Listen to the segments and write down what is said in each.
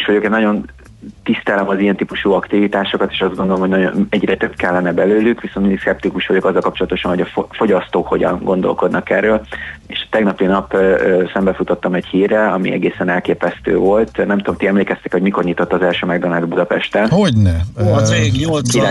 vagyok, én nagyon tisztelem az ilyen típusú aktivitásokat, és azt gondolom, hogy nagyon egyre több kellene belőlük, viszont mindig szkeptikus vagyok azzal kapcsolatosan, hogy a fogyasztók hogyan gondolkodnak erről. És tegnapi nap szembefutottam egy hírre, ami egészen elképesztő volt. Nem tudom, ti emlékeztek, hogy mikor nyitott az első McDonald's Budapesten? Hogyne? Az rég,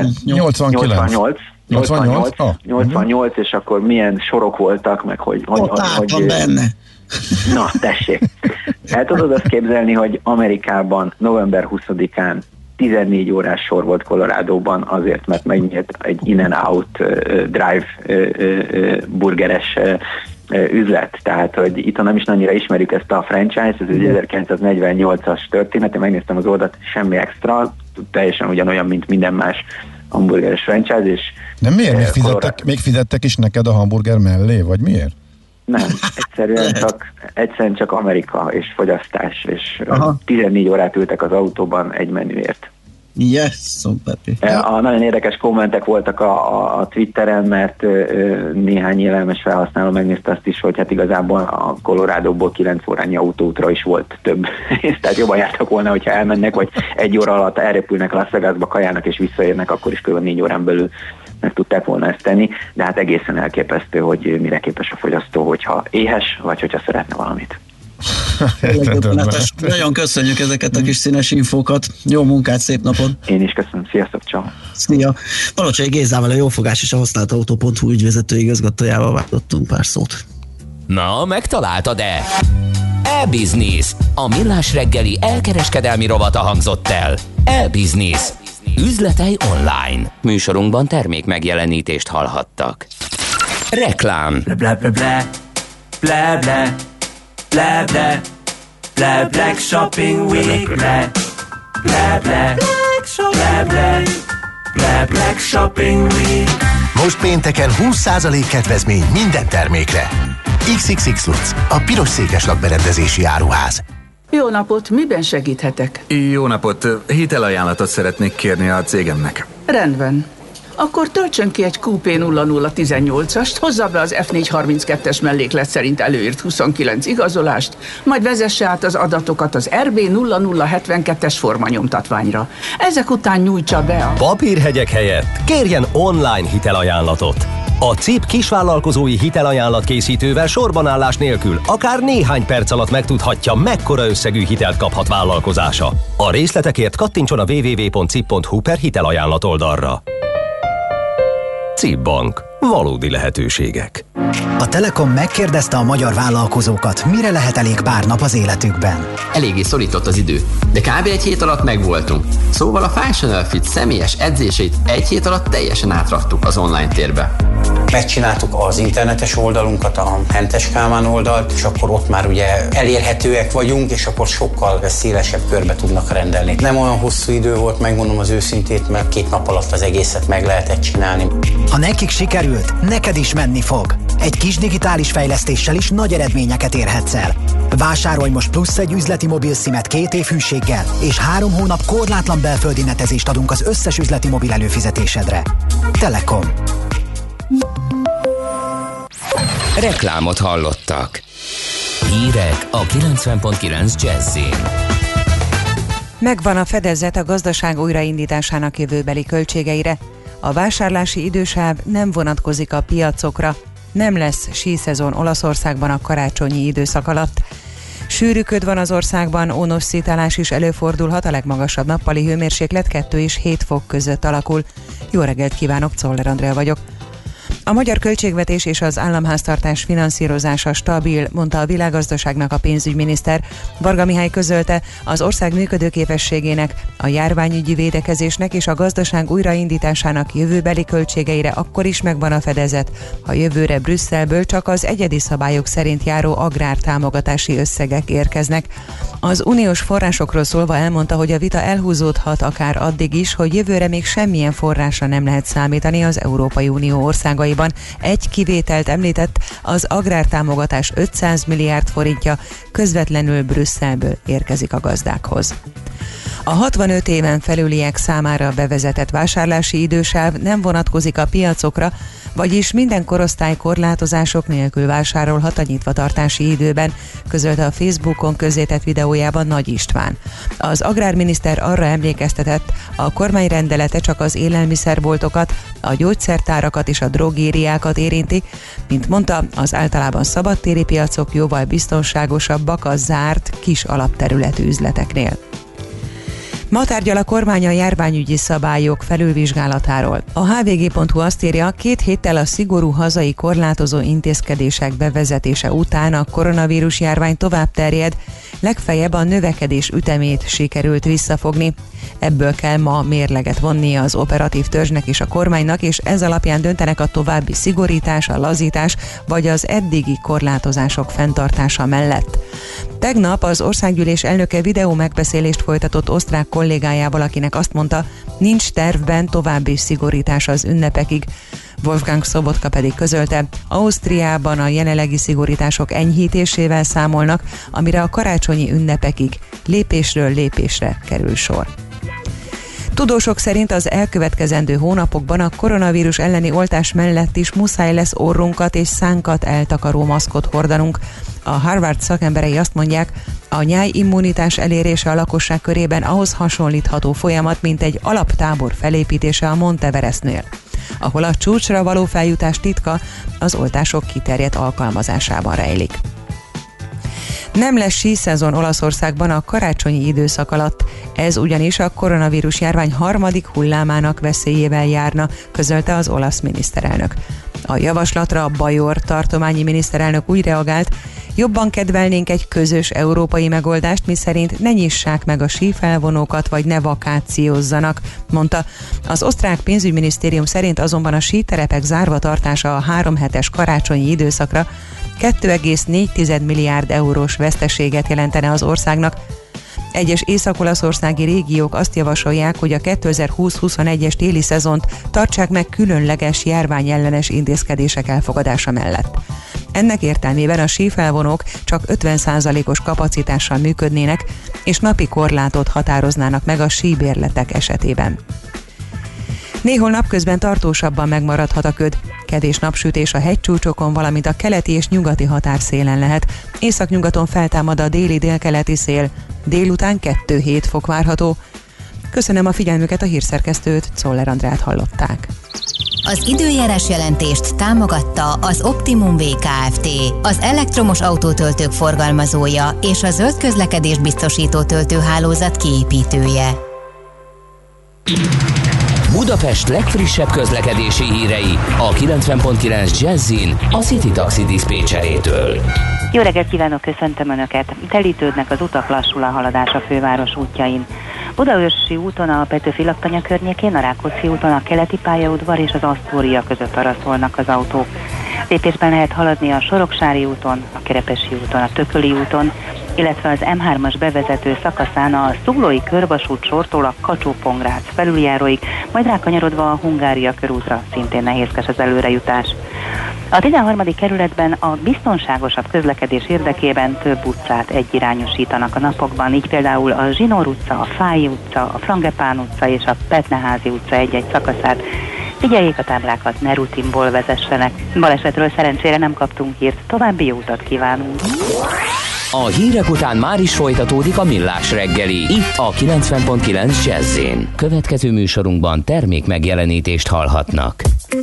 88, és akkor milyen sorok voltak, meg hogy benne. Na, tessék. El tudod azt képzelni, hogy Amerikában november 20-án 14 órás sor volt Colorado-ban azért, mert megnyílt egy In-N-Out drive burgeres üzlet. Tehát, hogy itt nem is annyira ismerjük ezt a franchise, ez egy 1948-as történet, én megnéztem az oldalt, semmi extra, teljesen ugyanolyan, mint minden más hamburgeres franchise, és... De miért? Még fizettek is neked a hamburger mellé, vagy miért? Nem, egyszerűen csak Amerika és fogyasztás, és 14 órát ültek az autóban egy menüért. Yes, szumpeti. Nagyon érdekes kommentek voltak a Twitteren, mert néhány élelmes felhasználó megnézte azt is, hogy hát igazából a Colorado-ból 9 órányi autóútra is volt több. Tehát jobban jártak volna, hogyha elmennek, vagy 1 óra alatt elrepülnek Las Vegasba, kajálnak és visszaérnek, akkor is kb. 4 órán belül meg tudták volna ezt tenni, de hát egészen elképesztő, hogy mire képes a fogyasztó, hogyha éhes, vagy hogyha szeretne valamit. Nagyon köszönjük ezeket a kis színes infókat. Jó munkát, szép napot! Én is köszönöm, sziasztok, ciao. Szia! Palocsai Gézával, a Jófogás és a Használtautó.hu ügyvezető igazgatójával váltottunk pár szót. Na, megtaláltad-e? E-Business, a millás reggeli elkereskedelmi rovata hangzott el. E-Business. Üzletei online. Műsorunkban termék megjelenítést hallhattak. Reklám. Black Shopping Week. Black Shopping Week. Most pénteken 20% kedvezmény minden termékre. XXX Lutz, a piros székes lakberendezési áruház. Jó napot, miben segíthetek? Jó napot, hitelajánlatot szeretnék kérni a cégemnek. Rendben. Akkor töltsön ki egy QP 0018-ast, hozza be az F432-es melléklet szerint előírt 29 igazolást, majd vezesse át az adatokat az RB 0072-es formanyomtatványra. Ezek után nyújtsa be a... Papírhegyek helyett kérjen online hitelajánlatot. A CIP kisvállalkozói hitelajánlatkészítővel sorbanállás nélkül akár néhány perc alatt megtudhatja, mekkora összegű hitelt kaphat vállalkozása. A részletekért kattintson a www.cip.hu/hitelajánlat oldalra. CIP Bank. Valódi lehetőségek. A Telekom megkérdezte a magyar vállalkozókat, mire lehet elég pár nap az életükben. Eléggé szorított az idő, de kb. Egy hét alatt megvoltunk. Szóval a Functional Fit személyes edzéseit egy hét alatt teljesen átraktuk az online térbe. Megcsináltuk az internetes oldalunkat, a Hentes Kálmán oldalt, és akkor ott már ugye elérhetőek vagyunk, és akkor sokkal szélesebb körbe tudnak rendelni. Nem olyan hosszú idő volt, megmondom az őszintét, mert 2 nap alatt az egészet meg lehetett csinálni. Ha nekik sikerült, neked is menni fog. Egy kis digitális fejlesztéssel is nagy eredményeket érhetsz el. Vásárolj most plusz egy üzleti mobil SIM-et 2 év hűséggel, és 3 hónap korlátlan belföldi netezést adunk az összes üzleti mobil előfizetésedre. Telekom. Reklámot hallottak. Hírek a 90.9 Jazzin. Megvan a fedezet a gazdaság újraindításának jövőbeli költségeire. A vásárlási idősáv nem vonatkozik a piacokra. Nem lesz síszezon Olaszországban a karácsonyi időszak alatt. Sűrű köd van az országban, ónos-szitálás is előfordulhat, a legmagasabb nappali hőmérséklet 2 és 7 fok között alakul. Jó reggelt kívánok, Czoller Andrea vagyok. A magyar költségvetés és az államháztartás finanszírozása stabil, mondta a világgazdaságnak a pénzügyminiszter. Varga Mihály közölte, az ország működőképességének, a járványügyi védekezésnek és a gazdaság újraindításának jövőbeli költségeire akkor is megvan a fedezet, ha jövőre Brüsszelből csak az egyedi szabályok szerint járó agrártámogatási összegek érkeznek. Az uniós forrásokról szólva elmondta, hogy a vita elhúzódhat akár addig is, hogy jövőre még semmilyen forrásra nem lehet számítani az Európai Unió országaiban. Egy kivételt említett, az agrártámogatás 500 milliárd forintja közvetlenül Brüsszelből érkezik a gazdákhoz. A 65 éven felüliek számára bevezetett vásárlási idősáv nem vonatkozik a piacokra, vagyis minden korosztály korlátozások nélkül vásárolhat a nyitvatartási időben, közölte a Facebookon közzétett videójában Nagy István. Az agrárminiszter arra emlékeztetett, a kormány rendelete csak az élelmiszerboltokat, a gyógyszertárakat és a drogériákat érinti, mint mondta, az általában szabadtéri piacok jóval biztonságosabbak a zárt, kis alapterületű üzleteknél. Ma tárgyal a kormány a járványügyi szabályok felülvizsgálatáról. A hvg.hu azt írja, 2 héttel a szigorú hazai korlátozó intézkedések bevezetése után a koronavírus járvány tovább terjed, legfeljebb a növekedés ütemét sikerült visszafogni. Ebből kell ma mérleget vonnia az operatív törzsnek és a kormánynak, és ez alapján döntenek a további szigorítás, a lazítás vagy az eddigi korlátozások fenntartása mellett. Tegnap az országgyűlés elnöke videó megbeszélést folytatott osztrák kollégájával, akinek azt mondta, nincs tervben további szigorítás az ünnepekig. Wolfgang Sobotka pedig közölte, Ausztriában a jelenlegi szigorítások enyhítésével számolnak, amire a karácsonyi ünnepekig lépésről lépésre kerül sor. Tudósok szerint az elkövetkezendő hónapokban a koronavírus elleni oltás mellett is muszáj lesz orrunkat és szánkat eltakaró maszkot hordanunk. A Harvard szakemberei azt mondják, a nyájimmunitás elérése a lakosság körében ahhoz hasonlítható folyamat, mint egy alaptábor felépítése a Monteverestnél, ahol a csúcsra való feljutás titka az oltások kiterjedt alkalmazásában rejlik. Nem lesz síszezon Olaszországban a karácsonyi időszak alatt, ez ugyanis a koronavírus járvány harmadik hullámának veszélyével járna, közölte az olasz miniszterelnök. A javaslatra a Bajor tartományi miniszterelnök úgy reagált, jobban kedvelnénk egy közös európai megoldást, miszerint ne nyissák meg a sífelvonókat, vagy ne vakációzzanak, mondta. Az osztrák pénzügyminisztérium szerint azonban a síterepek zárva tartása a 3 hetes karácsonyi időszakra 2,4 milliárd eurós veszteséget jelentene az országnak. Egyes észak-olaszországi régiók azt javasolják, hogy a 2020-21-es téli szezont tartsák meg különleges járványellenes intézkedések elfogadása mellett. Ennek értelmében a sífelvonók csak 50%-os kapacitással működnének, és napi korlátot határoznának meg a síbérletek esetében. Néhol napközben tartósabban megmaradhat a köd. Kevés napsütés a hegycsúcsokon, valamint a keleti és nyugati határszélen lehet. Északnyugaton feltámad a déli-délkeleti szél. Délután 2-7 fok várható. Köszönöm a figyelmüket, a hírszerkesztőt, Czoller Andrát hallották. Az időjárás jelentést támogatta az Optimum Kft., az elektromos autótöltők forgalmazója és a zöld közlekedés biztosító töltőhálózat kiépítője. Budapest legfrissebb közlekedési hírei a 90.9 Jazzin a City Taxi diszpécserétől. Jó reggelt kívánok, köszöntöm Önöket! Telítődnek az utak, lassul a haladás a főváros útjain. Budaörsi úton a Petőfi laktanya környékén, a Rákóczi úton a keleti pályaudvar és az Asztória között araszolnak az autók. Lépésben lehet haladni a Soroksári úton, a Kerepesi úton, a Tököli úton, illetve az M3-as bevezető szakaszán a Zuglói körvasút sortól a Kacsó-Pongrác felüljáróig, majd rákanyarodva a Hungária körútra szintén nehézkes az előrejutás. A 13. kerületben a biztonságosabb közlekedés érdekében több utcát egyirányosítanak a napokban, így például a Zsinór utca, a Fáy utca, a Frangepán utca és a Petneházi utca egy-egy szakaszát. Figyeljék a táblákat, ne rutinból vezessenek. Balesetről szerencsére nem kaptunk hírt, további jó utat kívánunk! A hírek után már is folytatódik a Millás reggeli, itt a 90.9 Jazz-én. Következő műsorunkban termék megjelenítést hallhatnak.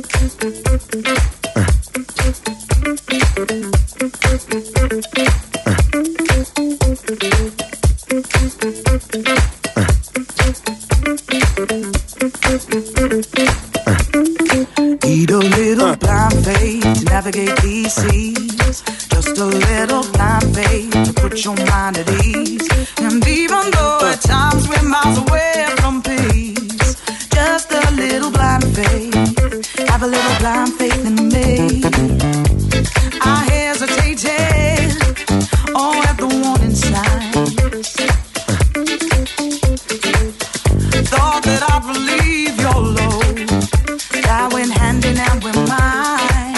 Need a little blind faith to navigate these seas. Just a little blind faith to put your mind at ease. And even though at times we're miles away from peace, just a little blind faith, have a little blind faith in me. I hesitated, all at the warning signs. Thought that I'd relieve your load, that went hand in hand with mine,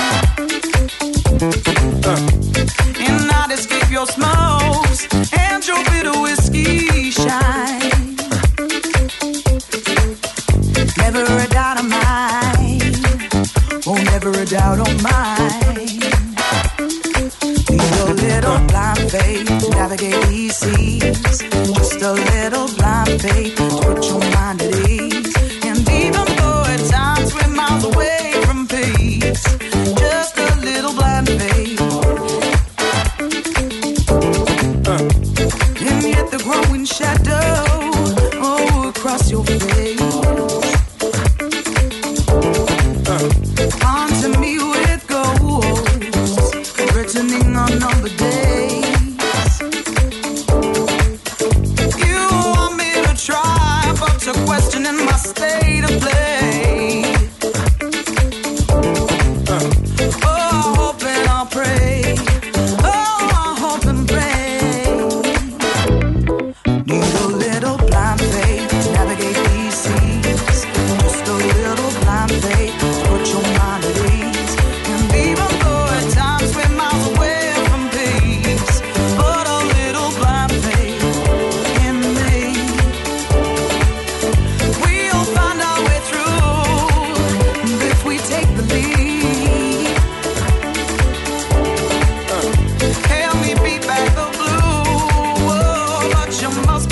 and I'd escape your smokes and your bitter whiskey shine. Never a doubt of mine, won't ever never a doubt on mine. Need a little blind faith to navigate these seas. Just a little blind faith to put your mind at ease. And even though at times we're miles away from peace, just a little blind faith. And yet the growing shadow, oh, across your face. Onto me with ghosts, returning on number days. You want me to try, but you're questioning my state of play. Oh, I hope and I'll pray. Oh, I hope and pray. Need a little blind faith to navigate these seas. Just a little blind faith to put your mind at ease. And even though at times we're miles away from peace, but a little blind faith in me. We'll find our way through if we take the lead. Help me beat back the blue, oh, but you must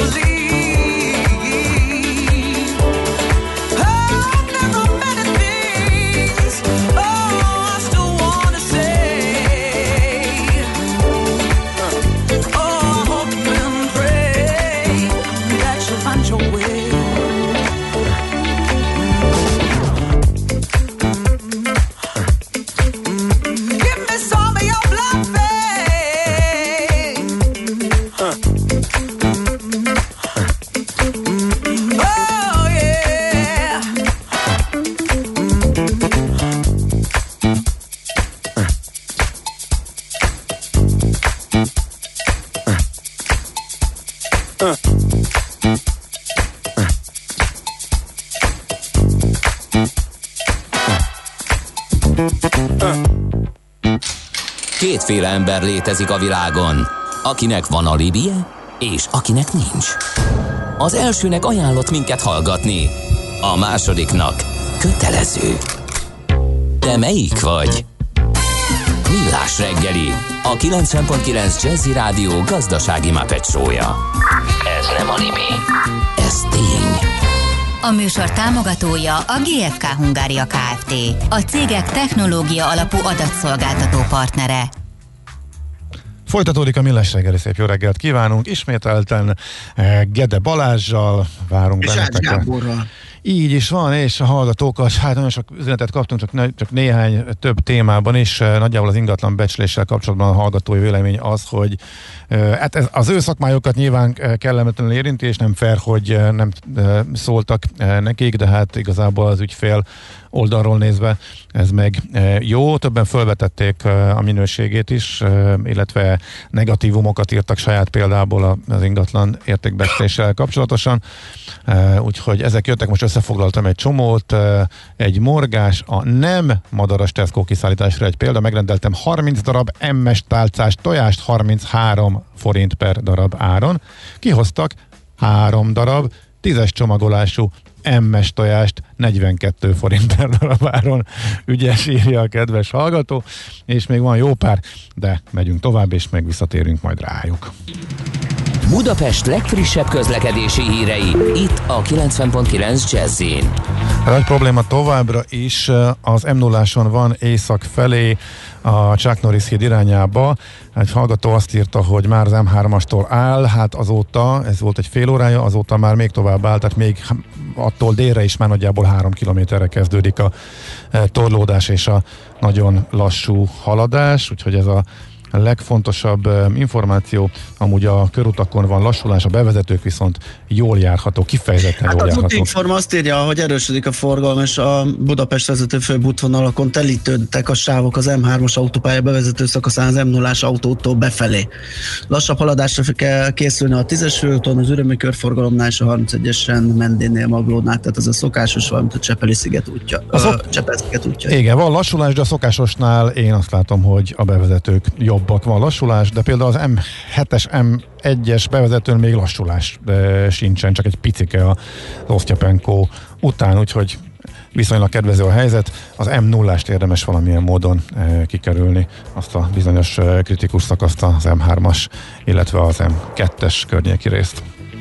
believe. I've never many things, oh, I still wanna say. Oh, I hope and pray that you'll find your way. Give me some of your blood, babe. Oh, yeah. Kétféle ember létezik a világon, akinek van alibije, és akinek nincs. Az elsőnek ajánlott minket hallgatni, a másodiknak kötelező. Te melyik vagy? Millás reggeli, a 90.9 Jazzy Rádió gazdasági Muppet show-ja. Ez nem anime, ez tény. A műsor támogatója a GFK Hungária Kft. A cégek technológia alapú adatszolgáltató partnere. Folytatódik a Millás reggeli, szép jó reggelt kívánunk. Ismételten Gede Balázssal várunk és benneteket. És Gáborral. Így is van, és a hallgatókat, hát nagyon sok üzenetet kaptunk, csak néhány több témában is. Nagyjából az ingatlan becsléssel kapcsolatban a hallgatói vélemény az, hogy hát az ő szakmájukat nyilván kellemetlenül érinti, és nem fair, hogy nem szóltak nekik, de hát igazából az ügyfél oldalról nézve ez meg jó. Többen felvetették a minőségét is, illetve negatívumokat írtak saját példából az ingatlan értékbecsléssel kapcsolatosan. Úgyhogy ezek jöttek, most összefoglaltam egy csomót. Egy morgás, a nem madaras Tesco kiszállításra egy példa. Megrendeltem 30 darab MS tálcás tojást 33 forint per darab áron. Kihoztak 3 darab 10-es csomagolású MS tojást 42 forint per darab áron. Ügyes, írja a kedves hallgató, és még van jó pár, de megyünk tovább, és meg visszatérünk majd rájuk. Budapest legfrissebb közlekedési hírei, itt a 90.9 Jazz-in. Nagy probléma továbbra is az M0-áson van észak felé a Chuck Norris híd irányába. Egy hallgató azt írta, hogy már az M3-astól áll, hát azóta, ez volt egy fél órája, azóta már még tovább áll, tehát még attól délre is már nagyjából 3 kilométerre kezdődik a torlódás és a nagyon lassú haladás, úgyhogy ez a legfontosabb információ. Amúgy a körutakon van lassulás, a bevezetők viszont jól járható, kifejezetten jól járható. Az útinforma azt írja, hogy erősödik a forgalom, és a Budapest vezető főbb útvonalakon telítődtek a sávok az M3-as autópálya bevezető szakaszán az M0-ás autótól befelé. Lassabb haladásra kell készülni a 10-es főúton, az Ürömi körforgalomnál és a 31-esen Mendénél, Maglódnál, tehát az a szokásos, valamint a Csepeli-sziget útja. Csepel-sziget útja. Igen, van lassulás, de a szokásosnál én azt látom, hogy a bevezetők jobbak, van lassulás, de például az M7-es, M1-es bevezetőn még lassulás sincsen, csak egy picike az Osztyapenkó után, úgyhogy viszonylag kedvező a helyzet, az M0-ást érdemes valamilyen módon kikerülni, azt a bizonyos kritikus szakaszt, az M3-as, illetve az M2-es környéki részt.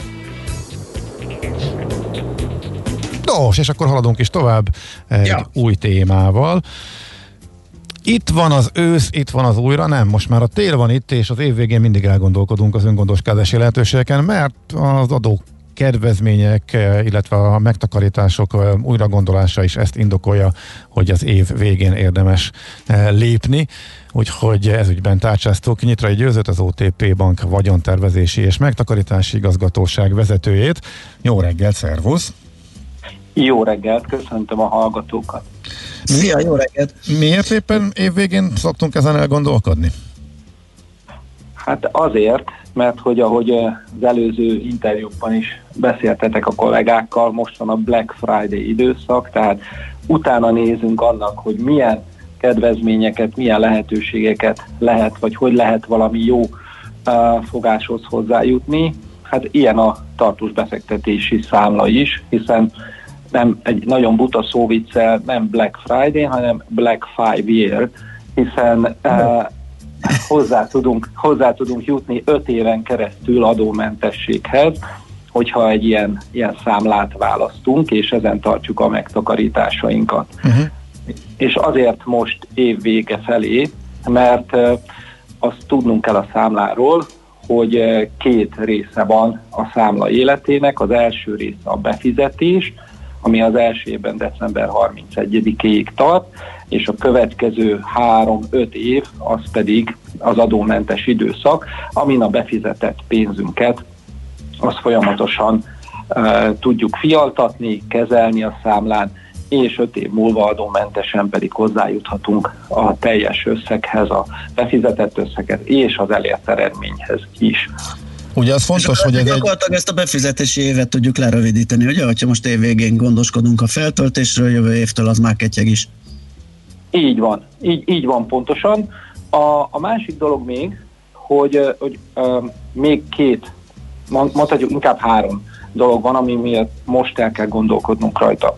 Nos, és akkor haladunk is tovább egy új témával. Itt van az ősz, itt van az újra, nem, most már a tél van itt, és az év végén mindig elgondolkodunk az öngondoskázási lehetőségeken, mert az adók kedvezmények, illetve a megtakarítások újragondolása is ezt indokolja, hogy az év végén érdemes lépni. Úgyhogy ezügyben tárcsáztuk Nyitrai Győzőt, az OTP Bank vagyontervezési és megtakarítási igazgatóság vezetőjét. Jó reggelt, szervusz! Jó reggelt, köszöntöm a hallgatókat! Szia, jó reggelt! Miért éppen évvégén szoktunk ezen elgondolkodni? Hát azért, mert hogy ahogy az előző interjúkban is beszéltetek a kollégákkal, most van a Black Friday időszak, tehát utána nézünk annak, hogy milyen kedvezményeket, milyen lehetőségeket lehet, vagy hogy lehet valami jó fogáshoz hozzájutni. Hát ilyen a tartós befektetési számla is, hiszen nem egy nagyon buta szóviccel, nem Black Friday, hanem Black 5 Year, hiszen hozzá tudunk jutni 5 éven keresztül adómentességhez, hogyha egy ilyen számlát választunk, és ezen tartjuk a megtakarításainkat. És azért most év vége felé, mert azt tudnunk kell a számláról, hogy 2 része van a számla életének. Az első része a befizetés, ami az első évben december 31-ig tart, és a következő 3-5 év az pedig az adómentes időszak, amin a befizetett pénzünket azt folyamatosan tudjuk fialtatni, kezelni a számlán, és 5 év múlva adómentesen pedig hozzájuthatunk a teljes összeghez, a befizetett összeghez és az elért eredményhez is. Ugye az fontos, hogy ez gyakorlatilag ezt a befizetési évet tudjuk lerövidíteni, ugye? Ha most évvégén gondoskodunk a feltöltésről, jövő évtől az már ketyeg is. Így van, így van pontosan. A másik dolog még, hogy még 2, mondhatjuk inkább 3 dolog van, ami miatt most el kell gondolkodnunk rajta.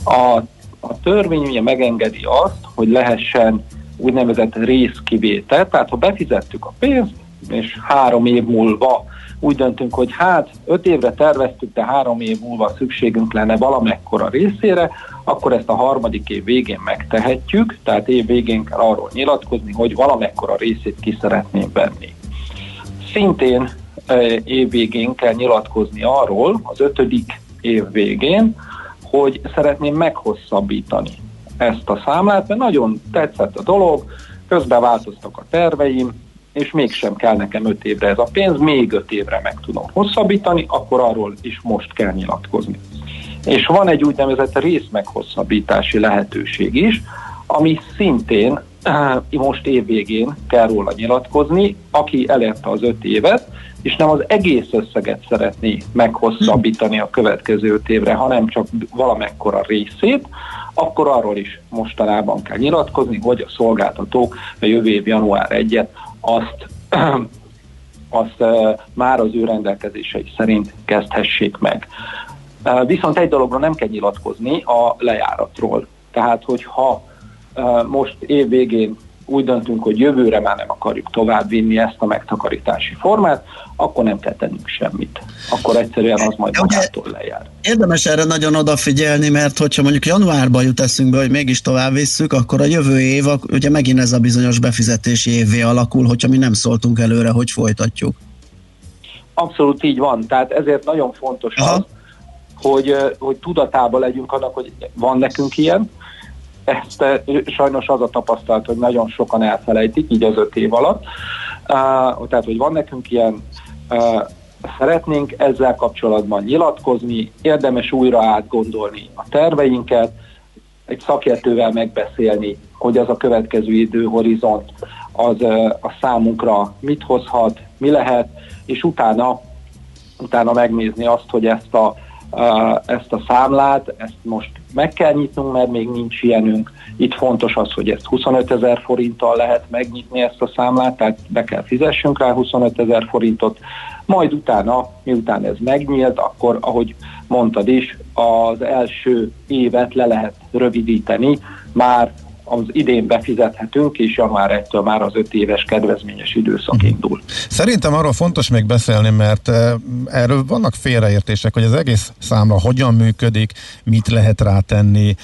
A törvény ugye megengedi azt, hogy lehessen úgynevezett részkivétel, tehát ha befizettük a pénzt, és 3 év múlva úgy döntünk, hogy 5 évre terveztük, de 3 év múlva szükségünk lenne valamekkora részére, akkor ezt a 3. év végén megtehetjük, tehát év végén kell arról nyilatkozni, hogy valamekkora részét ki szeretném venni. Szintén év végén kell nyilatkozni arról, az 5. év végén, hogy szeretném meghosszabbítani ezt a számlát, mert nagyon tetszett a dolog, közben változtak a terveim, és mégsem kell nekem 5 évre ez a pénz, még 5 évre meg tudom hosszabbítani, akkor arról is most kell nyilatkozni. És van egy úgynevezett részmeghosszabbítási lehetőség is, ami szintén most évvégén kell róla nyilatkozni, aki elérte az 5 évet, és nem az egész összeget szeretné meghosszabbítani a következő 5 évre, hanem csak valamekkora részét, akkor arról is mostanában kell nyilatkozni, hogy a szolgáltatók a jövő év január 1-et azt már az ő rendelkezései szerint kezdhessék meg. Viszont egy dologra nem kell nyilatkozni, a lejáratról. Tehát, hogyha most év végén úgy döntünk, hogy jövőre már nem akarjuk tovább vinni ezt a megtakarítási formát, akkor nem kell tennünk semmit. Akkor egyszerűen az majd magától lejár. Érdemes erre nagyon odafigyelni, mert hogyha mondjuk januárban jut eszünkbe, hogy mégis tovább visszük, akkor a jövő év, ugye megint ez a bizonyos befizetési évvé alakul, hogyha mi nem szóltunk előre, hogy folytatjuk. Abszolút így van. Tehát ezért nagyon fontos az, hogy tudatában legyünk annak, hogy van nekünk ilyen. Ezt sajnos az a tapasztalat, hogy nagyon sokan elfelejtik, így az 5 év alatt. Tehát, hogy van nekünk ilyen, szeretnénk ezzel kapcsolatban nyilatkozni, érdemes újra átgondolni a terveinket, egy szakértővel megbeszélni, hogy az a következő időhorizont az a számunkra mit hozhat, mi lehet, és utána megnézni azt, hogy ezt a ezt a számlát, ezt most meg kell nyitnunk, mert még nincs ilyenünk. Itt fontos az, hogy ezt 25 000 forinttal lehet megnyitni ezt a számlát, tehát be kell fizessünk rá 25 000 forintot, majd utána, miután ez megnyílt, akkor, ahogy mondtad is, az első évet le lehet rövidíteni, már az idén befizethetünk, és január 1-től már az 5 éves kedvezményes időszak indul. Szerintem arról fontos még beszélni, mert erről vannak félreértések, hogy az egész számla hogyan működik, mit lehet rátenni,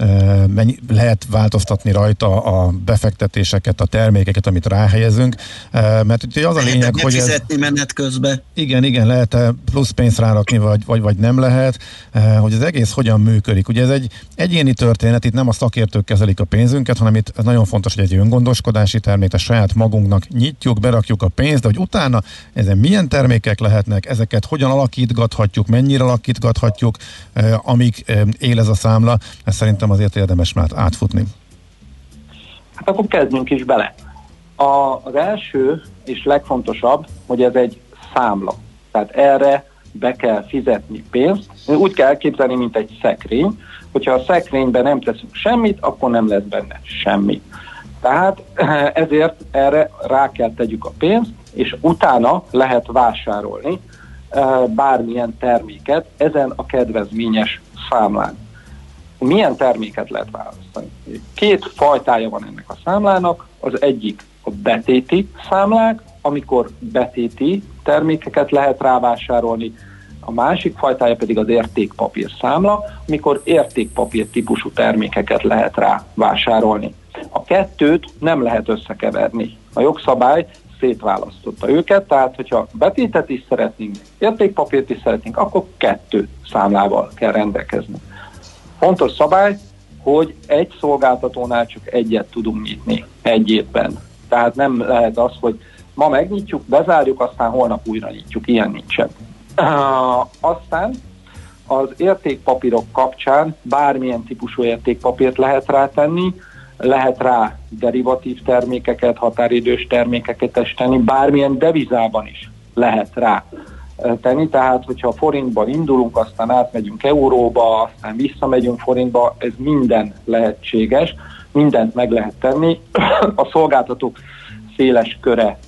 lehet változtatni rajta a befektetéseket, a termékeket, amit ráhelyezünk, mert ugye az a lényeg, hogy fizetni menet közben. Igen, lehet plusz pénzt rárakni, vagy nem lehet, hogy az egész hogyan működik. Ugye ez egy egyéni történet, itt nem a szakértők kezelik a pénzünket, hanem itt nagyon fontos, hogy egy öngondoskodási termék, a saját magunknak nyitjuk, berakjuk a pénzt, de hogy utána ezen milyen termékek lehetnek, ezeket hogyan alakítgathatjuk, mennyire alakítgathatjuk, amíg él ez a számla, ez szerintem azért érdemes már átfutni. Hát akkor kezdjünk is bele. Az első és legfontosabb, hogy ez egy számla. Tehát erre be kell fizetni pénzt. Úgy kell elképzelni, mint egy szekrény. Hogyha a szekrényben nem teszünk semmit, akkor nem lesz benne semmi. Tehát ezért erre rá kell tegyük a pénzt, és utána lehet vásárolni bármilyen terméket ezen a kedvezményes számlán. Milyen terméket lehet választani? 2 fajtája van ennek a számlának, az egyik a betéti számlák, amikor betéti termékeket lehet rávásárolni, a másik fajtája pedig az értékpapír számla, amikor értékpapír típusú termékeket lehet rávásárolni. A kettőt nem lehet összekeverni. A jogszabály szétválasztotta őket, tehát hogyha betétet is szeretnénk, értékpapírt is szeretnénk, akkor 2 számlával kell rendelkezni. Fontos szabály, hogy egy szolgáltatónál csak egyet tudunk nyitni egy évben. Tehát nem lehet az, hogy ma megnyitjuk, bezárjuk, aztán holnap újra nyitjuk. Ilyen nincsen. Aztán az értékpapírok kapcsán bármilyen típusú értékpapírt lehet rátenni, lehet rá derivatív termékeket, határidős termékeket tenni, bármilyen devizában is lehet rá tenni, tehát hogyha forintban indulunk, aztán átmegyünk euróba, aztán visszamegyünk forintba, ez minden lehetséges, mindent meg lehet tenni. A szolgáltatók széles köre,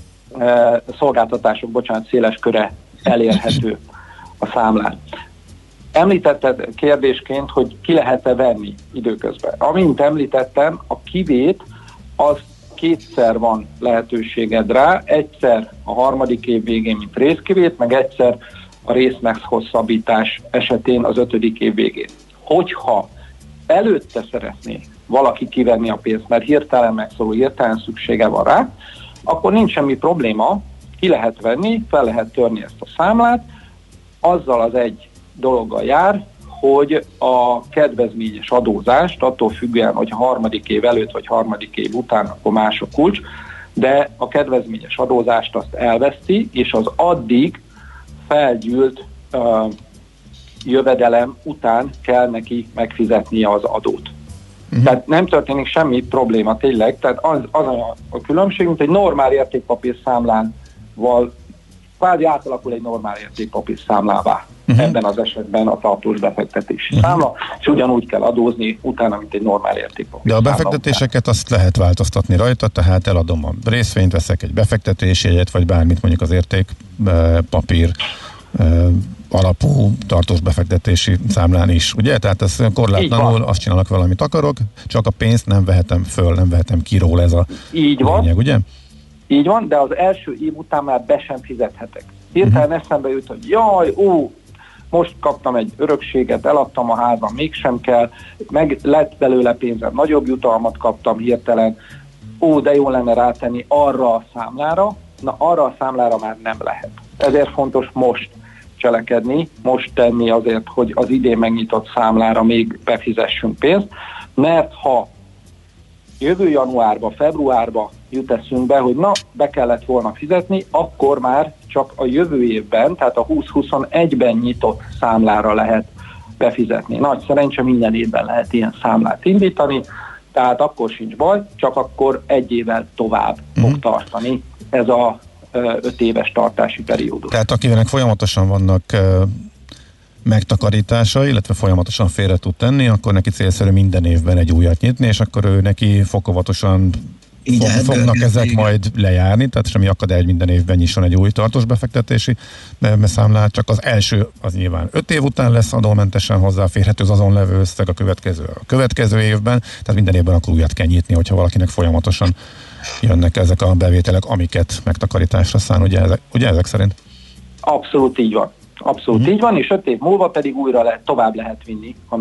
széles köre elérhető a számlán. Említetted kérdésként, hogy ki lehet-e venni időközben. Amint említettem, a kivét az 2-szer van lehetőséged rá, egyszer a 3. év végén, mint részkivét, meg egyszer a részmeghosszabbítás esetén az 5. év végén. Hogyha előtte szeretné valaki kivenni a pénzt, mert hirtelen megszóló, hirtelen szüksége van rá, akkor nincs semmi probléma, ki lehet venni, fel lehet törni ezt a számlát, azzal az egy dologgal jár, hogy a kedvezményes adózást, attól függően, hogy a 3. év előtt vagy 3. év után, akkor más a kulcs, de a kedvezményes adózást azt elveszti, és az addig felgyűlt jövedelem után kell neki megfizetnie az adót. Tehát nem történik semmi probléma tényleg, tehát az a különbség, mint egy normál értékpapír számlával, kvázi átalakul egy normál értékpapír számlává. Ebben az esetben a tartós befektetési számla, és ugyanúgy kell adózni utána, mint egy normál értékpapír. De a befektetéseket azt lehet változtatni rajta, tehát eladom a részvényt, veszek egy befektetési jegyet, vagy bármit mondjuk az értékpapír alapú tartós befektetési számlán is, ugye? Tehát ez korlátlanul azt csinálok vele, amit akarok, csak a pénzt nem vehetem föl, nem vehetem ki róla, ez a lényeg, ugye? Így van, de az első év után már be sem fizethetek. Hirtelen eszembe jut, hogy jaj, most kaptam egy örökséget, eladtam a házam, mégsem kell, meg lett belőle pénzem, nagyobb jutalmat kaptam hirtelen, de jó lenne rátenni arra a számlára, na arra a számlára már nem lehet. Ezért fontos most cselekedni, most tenni azért, hogy az idén megnyitott számlára még befizessünk pénzt, mert ha jövő januárba, februárba jut eszünkbe, hogy be kellett volna fizetni, akkor már csak a jövő évben, tehát a 2021-ben nyitott számlára lehet befizetni. Nagy szerencse, minden évben lehet ilyen számlát indítani, tehát akkor sincs baj, csak akkor egy évvel tovább fog tartani ez a 5 éves tartási periódus. Tehát akinek folyamatosan vannak megtakarítása, illetve folyamatosan félre tud tenni, akkor neki célszerű minden évben egy újat nyitni, és akkor ő neki fokozatosan fognak ezek majd lejárni, tehát semmi akadály, hogy minden évben nyisson egy új tartós befektetési számlát, csak az első az nyilván 5 év után lesz adómentesen hozzáférhető az azon levő összeg, a következő évben, tehát minden évben akkor újat kell nyitni, hogyha valakinek folyamatosan jönnek ezek a bevételek, amiket megtakarításra szán, ugye ezek szerint? Abszolút így van. Abszolút így van, és 5 év múlva pedig újra tovább lehet vinni, ha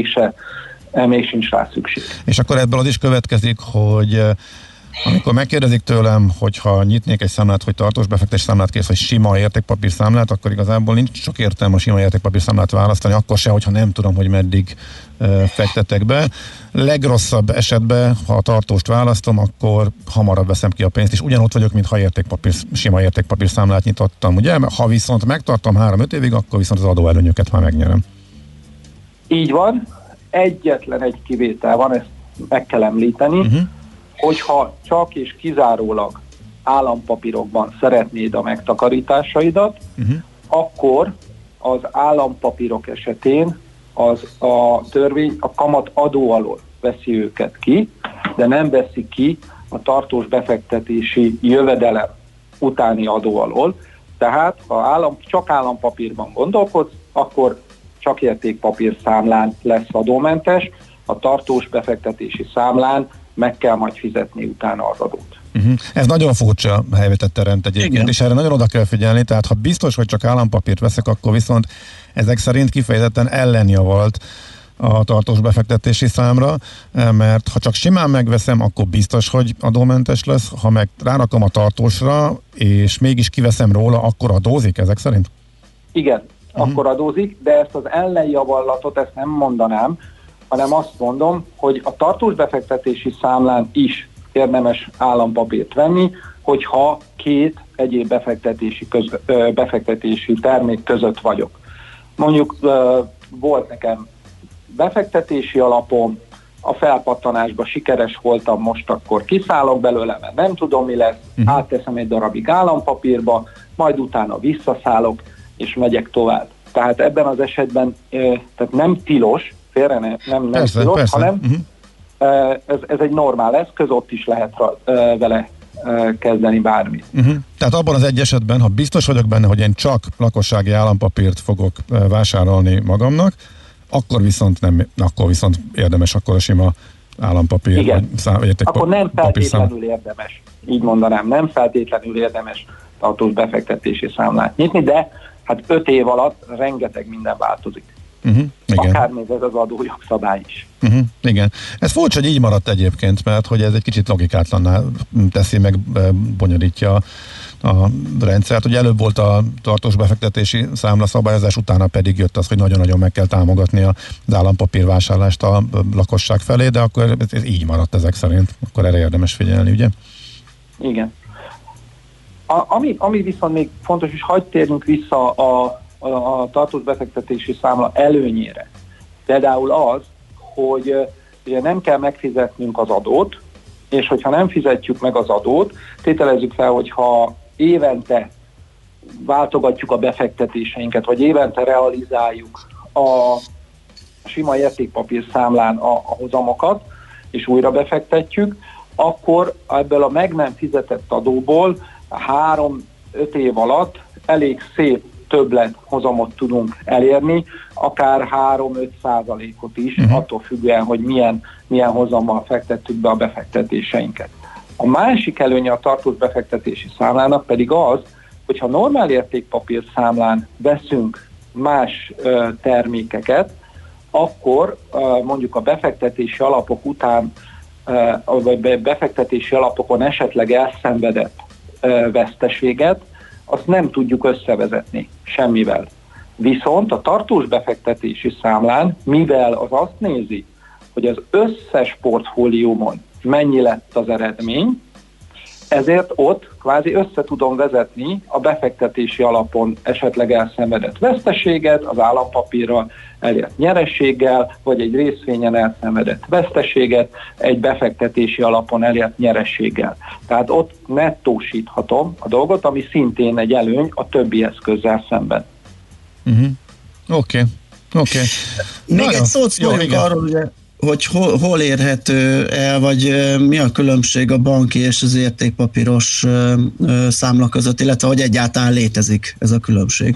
még sincs rá szükség. És akkor ebből az is következik, hogy amikor megkérdezik tőlem, hogyha nyitnék egy számlát, hogy tartós befektetési számlát kész, vagy sima értékpapír számlát, akkor igazából nincs sok értelme a sima értékpapír számlát választani, akkor se, hogyha nem tudom, hogy meddig fektetek be. Legrosszabb esetben, ha a tartóst választom, akkor hamarabb veszem ki a pénzt, és ugyanott vagyok, mint ha sima értékpapír számlát nyitottam, ugye? Ha viszont megtartom 3-5 évig, akkor viszont az adóelőnyöket már megnyerem. Így van. Egyetlen egy kivétel van, ezt meg kell említeni, hogyha csak és kizárólag állampapírokban szeretnéd a megtakarításaidat, akkor az állampapírok esetén a törvény a kamat adó alól veszi őket ki, de nem veszi ki a tartós befektetési jövedelem utáni adó alól. Tehát, ha csak állampapírban gondolkodsz, akkor csak értékpapír számlán lesz adómentes, a tartós befektetési számlán meg kell majd fizetni utána az adót. Ez nagyon furcsa helyzetet teremt egyébként, igen. És erre nagyon oda kell figyelni, tehát ha biztos, hogy csak állampapírt veszek, akkor viszont ezek szerint kifejezetten ellenjavalt a tartós befektetési számra, mert ha csak simán megveszem, akkor biztos, hogy adómentes lesz, ha meg rárakom a tartósra, és mégis kiveszem róla, akkor adózik ezek szerint? Igen, akkor adózik, de ezt az ellenjavallatot, ezt nem mondanám, hanem azt mondom, hogy a tartós befektetési számlán is érdemes állampapírt venni, hogyha két egyéb befektetési termék között vagyok. Mondjuk volt nekem befektetési alapom, a felpattanásba sikeres voltam, most akkor kiszállok belőle, mert nem tudom, mi lesz, átteszem egy darabig állampapírba, majd utána visszaszállok, és megyek tovább. Tehát ebben az esetben tehát nem tilos, félre nem persze, tilos, persze. hanem ez egy normál eszköz, ott is lehet vele kezdeni bármit. Tehát abban az egy esetben, ha biztos vagyok benne, hogy én csak lakossági állampapírt fogok vásárolni magamnak, akkor viszont érdemes akkor a sima állampapír. Igen. Akkor nem feltétlenül érdemes, így mondanám, nem feltétlenül érdemes tartós befektetési számlát nyitni, de hát 5 év alatt rengeteg minden változik. Akár még ez az adójogszabály is. Igen. Ez furcsa, hogy így maradt egyébként, mert hogy ez egy kicsit logikátlanná teszi, meg bonyolítja a rendszert. Ugye előbb volt a tartós befektetési számla szabályozás, utána pedig jött az, hogy nagyon-nagyon meg kell támogatni az állampapírvásárlást a lakosság felé, de akkor ez így maradt ezek szerint. Akkor erre érdemes figyelni, ugye? Igen. Ami viszont még fontos, és hadd térjünk vissza a tartós befektetési számla előnyére. Például az, hogy ugye nem kell megfizetnünk az adót, és hogyha nem fizetjük meg az adót, tételezzük fel, hogyha évente váltogatjuk a befektetéseinket, vagy évente realizáljuk a sima értékpapír számlán a hozamokat, és újra befektetjük, akkor ebből a meg nem fizetett adóból 3-5 év alatt elég szép többlet hozamot tudunk elérni, akár 3-5% is, attól függően, hogy milyen hozammal fektettük be a befektetéseinket. A másik előnye a tartós befektetési számlának pedig az, hogyha normál értékpapír számlán veszünk más termékeket, akkor mondjuk a befektetési alapok után, vagy befektetési alapokon esetleg elszenvedett veszteséget, azt nem tudjuk összevezetni semmivel. Viszont a tartós befektetési számlán, mivel az azt nézi, hogy az összes portfóliómon mennyi lett az eredmény, ezért ott kvázi össze tudom vezetni a befektetési alapon esetleg elszenvedett veszteséget, az állampapírral elért nyerességgel, vagy egy részvényen elszenvedett veszteséget, egy befektetési alapon elért nyerességgel. Tehát ott nettósíthatom a dolgot, ami szintén egy előny a többi eszközzel szemben. Oké. Még egy szót szóljunk arról, ugye, hogy hol érhető el, vagy mi a különbség a banki és az értékpapíros számla között, illetve hogy egyáltalán létezik ez a különbség?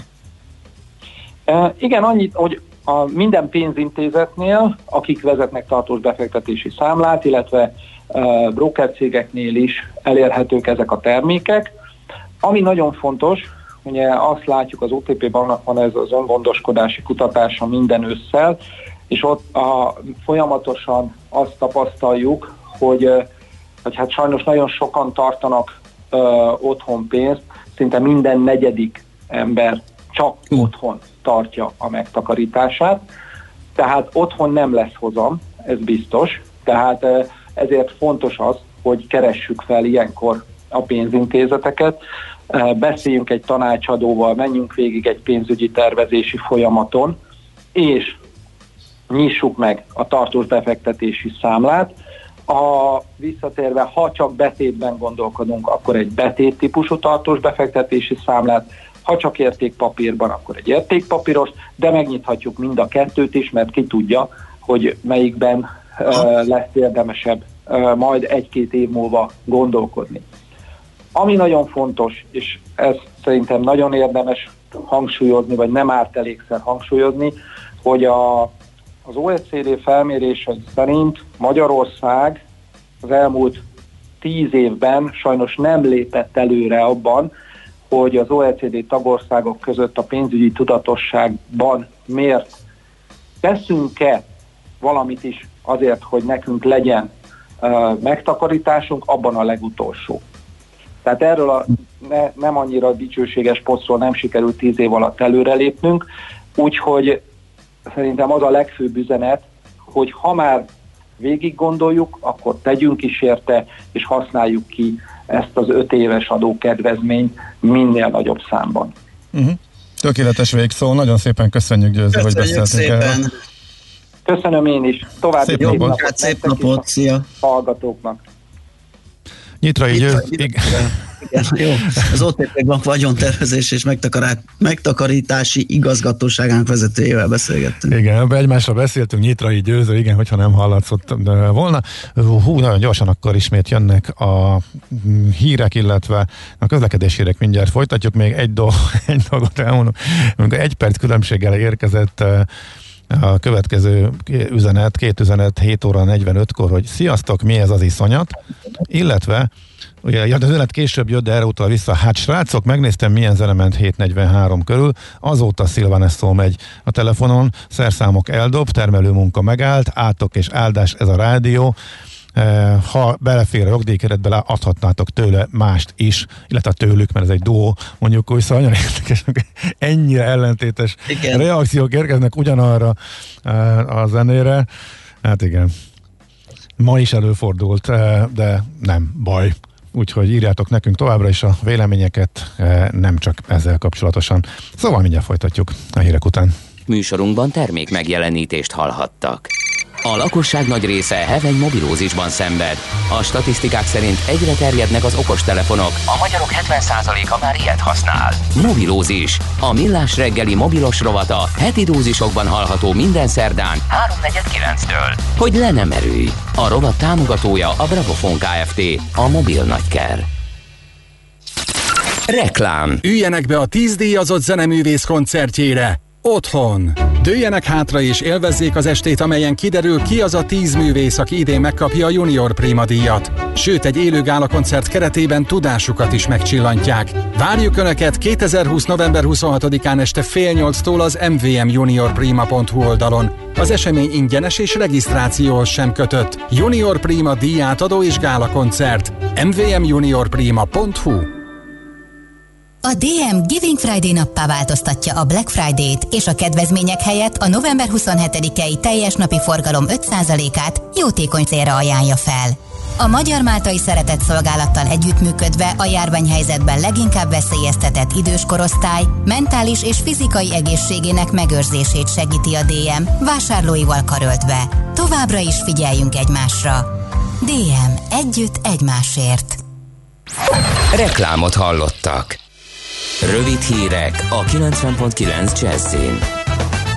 Igen, annyit, hogy minden pénzintézetnél, akik vezetnek tartós befektetési számlát, illetve broker cégeknél is elérhetők ezek a termékek. Ami nagyon fontos, ugye azt látjuk, az OTP banknak van ez az öngondoskodási kutatása minden ősszel, és ott folyamatosan azt tapasztaljuk, hogy hát sajnos nagyon sokan tartanak otthon pénzt, szinte minden negyedik ember csak otthon tartja a megtakarítását, tehát otthon nem lesz hozam, ez biztos, tehát ezért fontos az, hogy keressük fel ilyenkor a pénzintézeteket, beszéljünk egy tanácsadóval, menjünk végig egy pénzügyi tervezési folyamaton, és nyissuk meg a tartós befektetési számlát. Visszatérve, ha csak betétben gondolkodunk, akkor egy betét típusú tartós befektetési számlát, ha csak értékpapírban, akkor egy értékpapíros, de megnyithatjuk mind a kettőt is, mert ki tudja, hogy melyikben lesz érdemesebb majd egy-két év múlva gondolkodni. Ami nagyon fontos, és ez szerintem nagyon érdemes hangsúlyozni, vagy nem árt elégszer hangsúlyozni, hogy az OECD felmérése szerint Magyarország az elmúlt 10 évben sajnos nem lépett előre abban, hogy az OECD tagországok között a pénzügyi tudatosságban miért teszünk-e valamit is azért, hogy nekünk legyen megtakarításunk, abban a legutolsó. Tehát erről nem annyira dicsőséges posztról nem sikerült 10 év alatt előrelépnünk, úgyhogy szerintem az a legfőbb üzenet, hogy ha már végig gondoljuk, akkor tegyünk is érte, és használjuk ki ezt az 5 éves adókedvezményt minél nagyobb számban. Tökéletes végszó, nagyon szépen köszönjük, Győző, hogy beszéltünk erről. Köszönöm én is. További szép napot, szia! Hallgatóknak. Nyitrai Győző. Jó. Az OTP Bank vagyontervezés és megtakarítási igazgatóságának vezetőjével beszélgettünk. Igen, egymásra beszéltünk, Nyitrai Győző, igen, hogyha nem hallatszott volna. Nagyon gyorsan akkor ismét jönnek a hírek, illetve a közlekedési hírek, mindjárt folytatjuk. Még egy dolgot elmondom. Amikor 1 perc különbséggel érkezett a következő üzenet, 2 üzenet 7 óra 45-kor, hogy sziasztok, mi ez az iszonyat, illetve ugye az üzenet később jött, de erre utal vissza, hát srácok, megnéztem milyen zene ment 7:43 körül, azóta Szilvanesszó megy a telefonon, szerszámok eldob, termelőmunka megállt, átok és áldás ez a rádió, ha belefér a jogdíjkeretbe, adhatnátok tőle mást is, illetve tőlük, mert ez egy duó, mondjuk úgy, szóval nagyon érdekes, ennyire ellentétes reakciók érkeznek ugyanarra a zenére. Hát igen, ma is előfordult, de nem baj. Úgyhogy írjátok nekünk továbbra is a véleményeket, nem csak ezzel kapcsolatosan. Szóval mindjárt folytatjuk a hírek után. Műsorunkban termék megjelenítést hallhattak. A lakosság nagy része heveny mobilózisban szenved. A statisztikák szerint egyre terjednek az okostelefonok, a magyarok 70%-a már ilyet használ. Mobilózis, a Millás reggeli mobilos rovata heti dózisokban hallható minden szerdán 3:49-től. Hogy le nem erőj. A rovat támogatója a Bravofon Kft. A mobil nagyker. Reklám. Üljenek be a 10 díjazott zeneművész koncertjére. Otthon. Dőljenek hátra és élvezzék az estét, amelyen kiderül, ki az a 10 művész, aki idén megkapja a Junior Prima díjat. Sőt, egy élő gálakoncert keretében tudásukat is megcsillantják. Várjuk Önöket 2020. november 26-án este 7:30-tól az mvmjuniorprima.hu oldalon. Az esemény ingyenes és regisztrációhoz sem kötött. Junior Prima díjátadó és gálakoncert. mvmjuniorprima.hu. A DM Giving Friday nappá változtatja a Black Friday-t, és a kedvezmények helyett a november 27-i teljes napi forgalom 5%-át jótékony célra ajánlja fel. A Magyar-Máltai Szeretetszolgálattal együttműködve a járványhelyzetben leginkább veszélyeztetett idős korosztály mentális és fizikai egészségének megőrzését segíti a DM vásárlóival karöltve. Továbbra is figyeljünk egymásra. DM. Együtt egymásért. Reklámot hallottak. Rövid hírek a 90.9 Jazzin.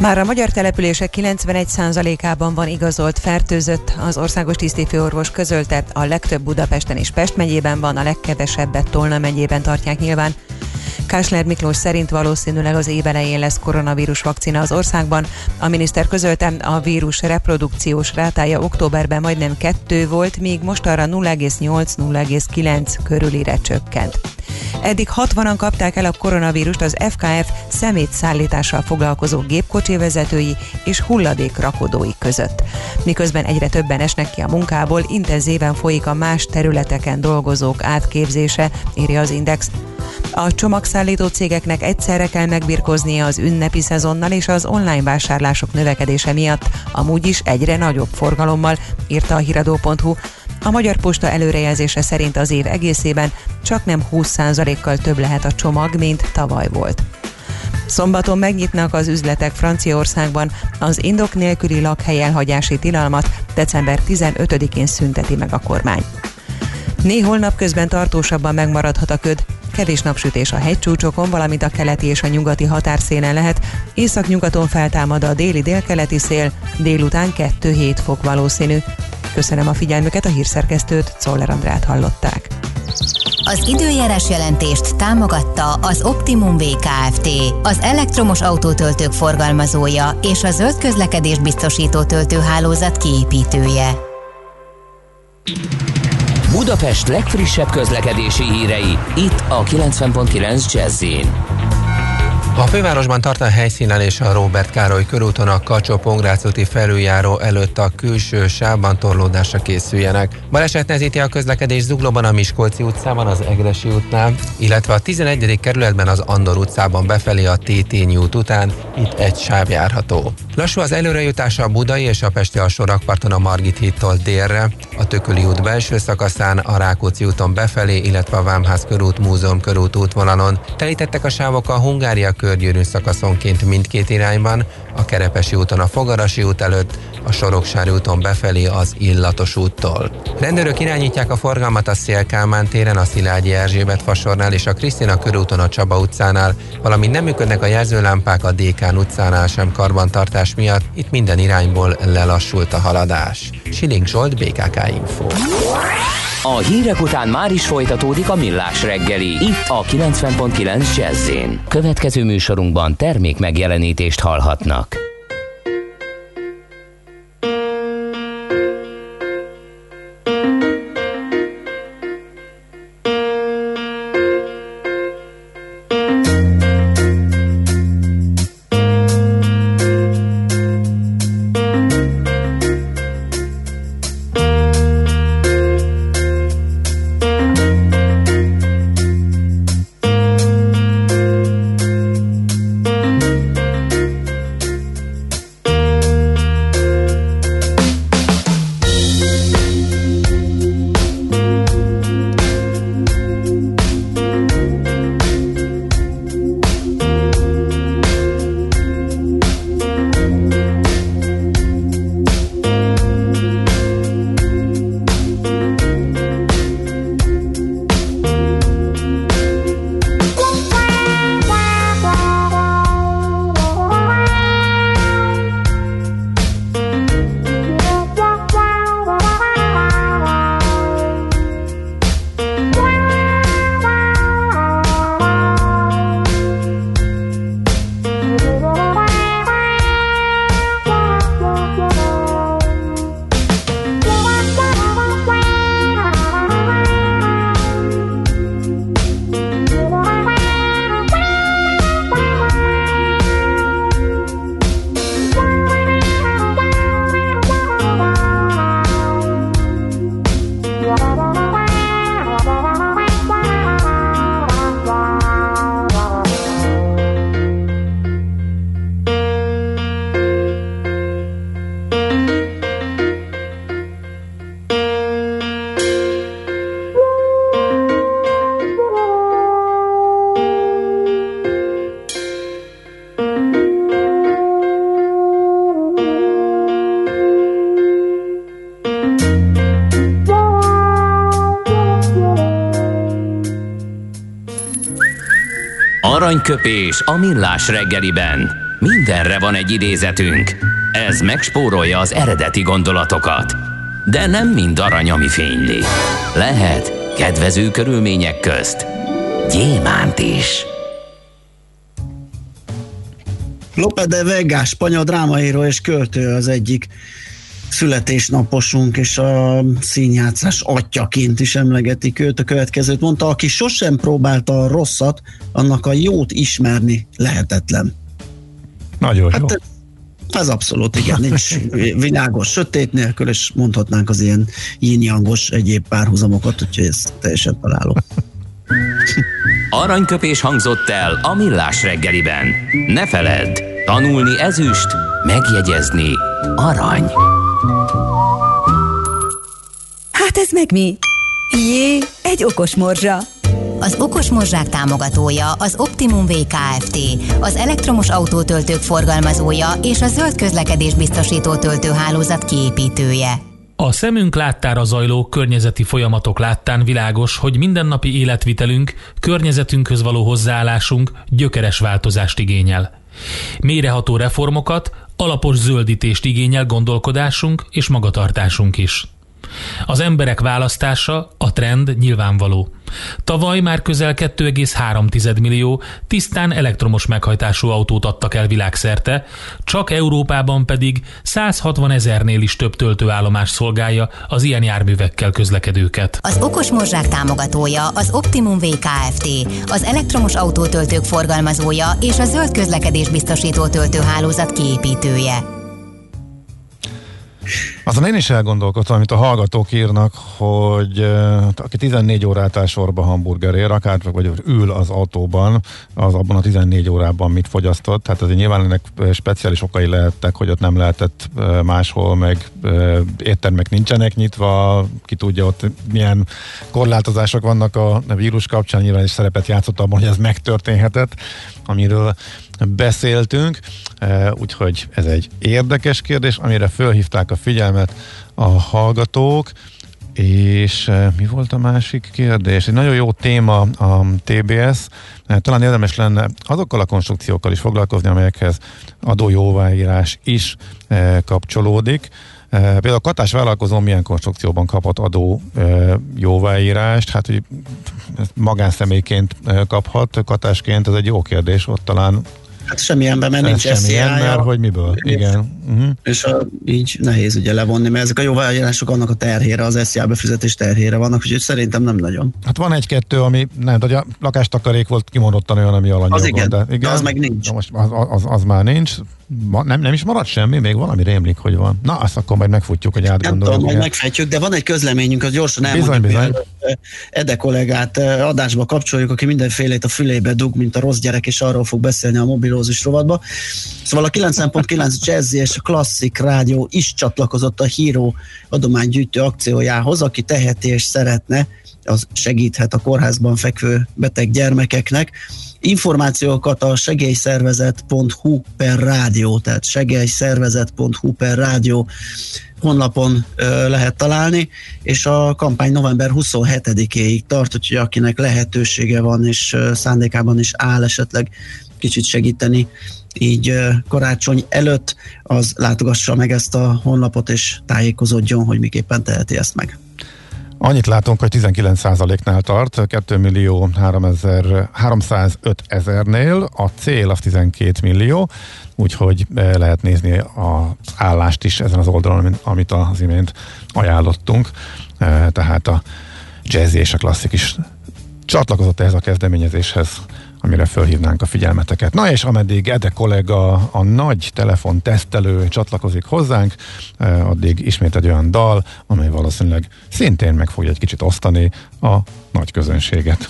Már a magyar települések 91%-ában van igazolt fertőzött. Az országos tisztifőorvos közölte, a legtöbb Budapesten és Pest megyében van, a legkevesebbet Tolna megyében tartják nyilván. Kásler Miklós szerint valószínűleg az év elején lesz koronavírus vakcina az országban. A miniszter közölte, a vírus reprodukciós rátája októberben majdnem 2 volt, míg most arra 0,8-0,9 körülire csökkent. Eddig 60-an kapták el a koronavírust az FKF szemétszállítással foglalkozó gépkocsi vezetői és hulladékrakodói között. Miközben egyre többen esnek ki a munkából, intenzíven folyik a más területeken dolgozók átképzése, írja az Index. A csomagszállító cégeknek egyszerre kell megbirkóznia az ünnepi szezonnal és az online vásárlások növekedése miatt, amúgy is egyre nagyobb forgalommal, írta a híradó.hu. A Magyar Posta előrejelzése szerint az év egészében csaknem 20%-kal több lehet a csomag, mint tavaly volt. Szombaton megnyitnak az üzletek Franciaországban, az indok nélküli lakhely elhagyási tilalmat december 15-én szünteti meg a kormány. Néhol napközben tartósabban megmaradhat a köd, kevés napsütés a hegycsúcsokon, valamint a keleti és a nyugati határszélen lehet, északnyugaton feltámad a déli-délkeleti szél, délután 2-7 fok valószínű. Köszönöm a figyelmüket, a hírszerkesztőt, Czoller Andrát hallották. Az időjárás jelentést támogatta az Optimum Kft., az elektromos autótöltők forgalmazója és a zöld közlekedés biztosító töltőhálózat kiépítője. Budapest legfrissebb közlekedési hírei, itt a 90.9 Jazz-in. A fővárosban tart a helyszínen és a Róbert Károly körúton a Kacsó-Pongrác úti felüljáró előtt a külső sávban torlódásra készüljenek. Baleset nehezíti a közlekedés Zuglóban a Miskolci utcában, az Egressy útnál, illetve a 11. kerületben az Andor utcában befelé a Tétényi út után, itt egy sáv járható. Lassú az előrejutása a Budai és a Pesti alsórakparton a Margit hídtól délre, a Tököli út belső szakaszán, a Rákóczi úton befelé, illetve a Vámház körút, Múzeum körút útvonalon. Telítettek a sávok a Hungária körgyűrűn szakaszonként mindkét irányban, a Kerepesi úton a Fogarasi út előtt, a Soroksári úton befelé az Illatos úttól. Rendőrök irányítják a forgalmat a Széll-Kálmán téren, a Szilágyi Erzsébet fasornál és a Krisztina körúton a Csaba utcánál, valamint nem működnek a jelzőlámpák a Dékán utcánál sem karbantartás miatt, itt minden irányból lelassult a haladás. Siling Zsolt, BKK Info. A hírek után már is folytatódik a Millás reggeli, itt a 90.9 Jazz-in. Következő műsorunkban termék megjelenítést hallhatnak. Aranyköpés a Millás reggeliben. Mindenre van egy idézetünk. Ez megspórolja az eredeti gondolatokat. De nem mind arany, ami fényli. Lehet kedvező körülmények közt gyémánt is. Lope de Vega, spanyol drámaíró és költő az egyik születésnaposunk, és a színjátszás atyjaként is emlegetik őt. A következőt mondta: aki sosem próbálta a rosszat, annak a jót ismerni lehetetlen. Nagyon jó. Ez abszolút, igen, nincs világos sötét nélkül, és mondhatnánk az ilyen yin-yangos egyéb párhuzamokat, úgyhogy ez teljesen találó. Aranyköpés hangzott el a Millás reggeliben. Ne feledd, tanulni ezüst, megjegyezni arany. Hát ez meg mi? Jé, egy okos morzsa. Az okos morzsák támogatója az Optimum Kft., az elektromos autótöltők forgalmazója és a zöld közlekedés biztosító töltőhálózat kiépítője. A szemünk láttára zajló környezeti folyamatok láttán világos, hogy mindennapi életvitelünk, környezetünkhöz való hozzáállásunk gyökeres változást igényel. Mélyreható reformokat, alapos zöldítést igényel gondolkodásunk és magatartásunk is. Az emberek választása, a trend nyilvánvaló. Tavaly már közel 2,3 millió tisztán elektromos meghajtású autót adtak el világszerte, csak Európában pedig 160 000-nél is több töltőállomás szolgálja az ilyen járművekkel közlekedőket. Az okos morzsák támogatója az Optimum Kft., az elektromos autótöltők forgalmazója és a zöld közlekedés biztosító töltőhálózat kiépítője. Azon én is elgondolkodtam, amit a hallgatók írnak, hogy aki 14 órát áll sorba hamburgerért, akár vagy ül az autóban, az abban a 14 órában mit fogyasztott. Hát azért nyilván ennek speciális okai lehettek, hogy ott nem lehetett máshol, meg éttermek nincsenek nyitva, ki tudja ott milyen korlátozások vannak a vírus kapcsán, nyilván is szerepet játszott abban, hogy ez megtörténhetett, amiről beszéltünk, úgyhogy ez egy érdekes kérdés, amire fölhívták a figyelmet a hallgatók, és mi volt a másik kérdés? Egy nagyon jó téma a TBS, talán érdemes lenne azokkal a konstrukciókkal is foglalkozni, amelyekhez adójóváírás is kapcsolódik. Például a katás vállalkozó milyen konstrukcióban kaphat adó jóváírást? Hát, hogy magánszemélyként kaphat, katásként, ez egy jó kérdés, ott talán hát semmilyenben, mert nincs semmilyen, mert hogy miből? Igen. És így nehéz ugye levonni, mert ezek a jóváírások annak a terhére, az SZIA befizetés terhére vannak, úgyhogy szerintem nem nagyon. Hát van egy-kettő, ami nem, hogy a lakástakarék volt kimondottan olyan, ami alanyjogon. Az igen, de az meg nincs. Most az már nincs. Nem is maradt semmi, még valami rémlik, hogy van. Na, azt akkor majd megfutjuk, hogy átgondoljuk. Nem tudom, majd megfejtjük, de van egy közleményünk, az gyorsan elmondjuk. Bizony. Ede kollégát adásba kapcsoljuk, aki mindenfélét a fülébe dug, mint a rossz gyerek, és arról fog beszélni a mobilózis rovatba. Szóval a 90.9 Jazzy és a Klasszik Rádió is csatlakozott a Híró adománygyűjtő akciójához, aki teheti és szeretne, az segíthet a kórházban fekvő beteg gyermekeknek. Információkat a segélyszervezet.hu/rádió, tehát segélyszervezet.hu/rádió honlapon lehet találni, és a kampány november 27-éig tart, úgyhogy akinek lehetősége van, és szándékában is áll esetleg kicsit segíteni így karácsony előtt, az látogassa meg ezt a honlapot, és tájékozódjon, hogy miképpen teheti ezt meg. Annyit látunk, hogy 19%-nál tart, 2.305.000-nél, a cél az 12 millió, úgyhogy lehet nézni az állást is ezen az oldalon, amit az imént ajánlottunk, tehát a Jazzy és a Klasszik is csatlakozott ehhez a kezdeményezéshez, amire felhívnánk a figyelmeteket. Na és ameddig Ede kollega, a nagy telefontesztelő csatlakozik hozzánk, addig ismét egy olyan dal, amely valószínűleg szintén meg fogja egy kicsit osztani a nagy közönséget.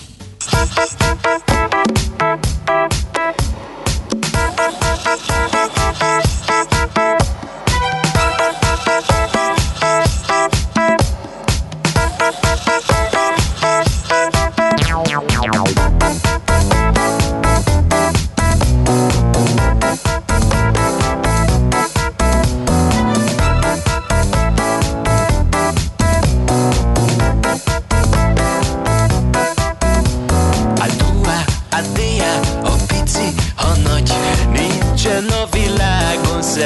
Al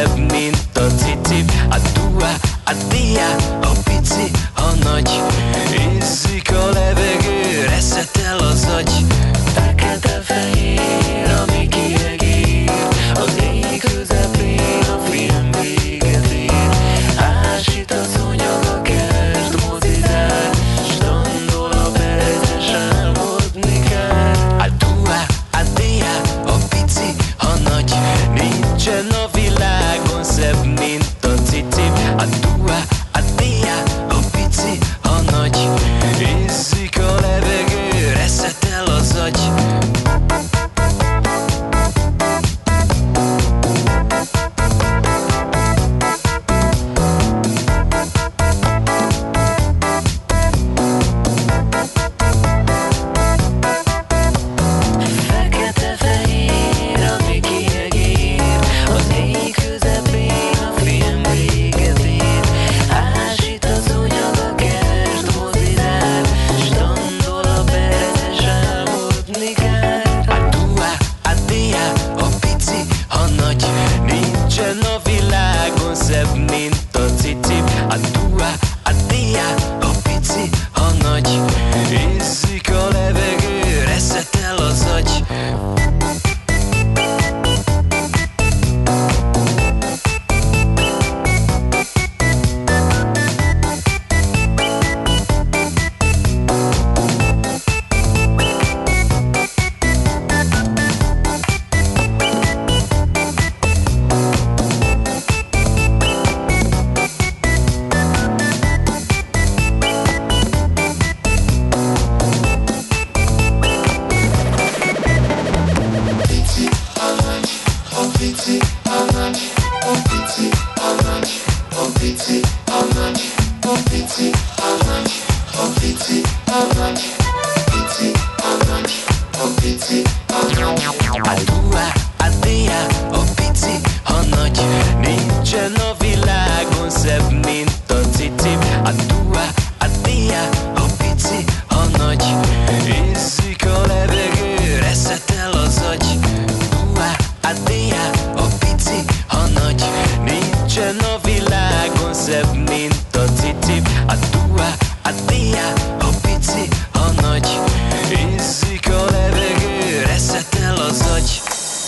szebb, mint a cicip. A dua, a dia, a pici, a nagy. Izzik a levegő, reszetel az agy. Fekete-fehér, ami kiegér. Az ég közepén a film véget ér. Ásít az onyag, a kert mozizál. Strandol a perces, álmodni kell. A dua, a dia, a pici, a nagy. Nincsen a világon szebb, mint a cicip. A dua, a dia, a pici, a nagy. Izzik a levegő, reszetel az agy. Fekete-fehér, ami kiegér. Az éj közepén a film véget ér. Ásít az onyag, a kert mozizál. Strandol a perces, álmodni kell. A dua, a dia, a pici, a nagy. Nincsen a világon szebb, mint a cicip. A dua, a dia, a pici, a nagy. Izzik a levegő, reszetel az agy. A dua, a dia, a pici, a nagy. Nincsen a világon szebb, mint a cicip. A dua, a dia, a pici, a nagy. Izzik a levegő, reszetel az agy. Dua, a dia, a pici, a nagy. Nincsen a világon szebb, mint a cicip. A dua, a dia, a pici, a nagy. Izzik a levegő, reszetel az agy.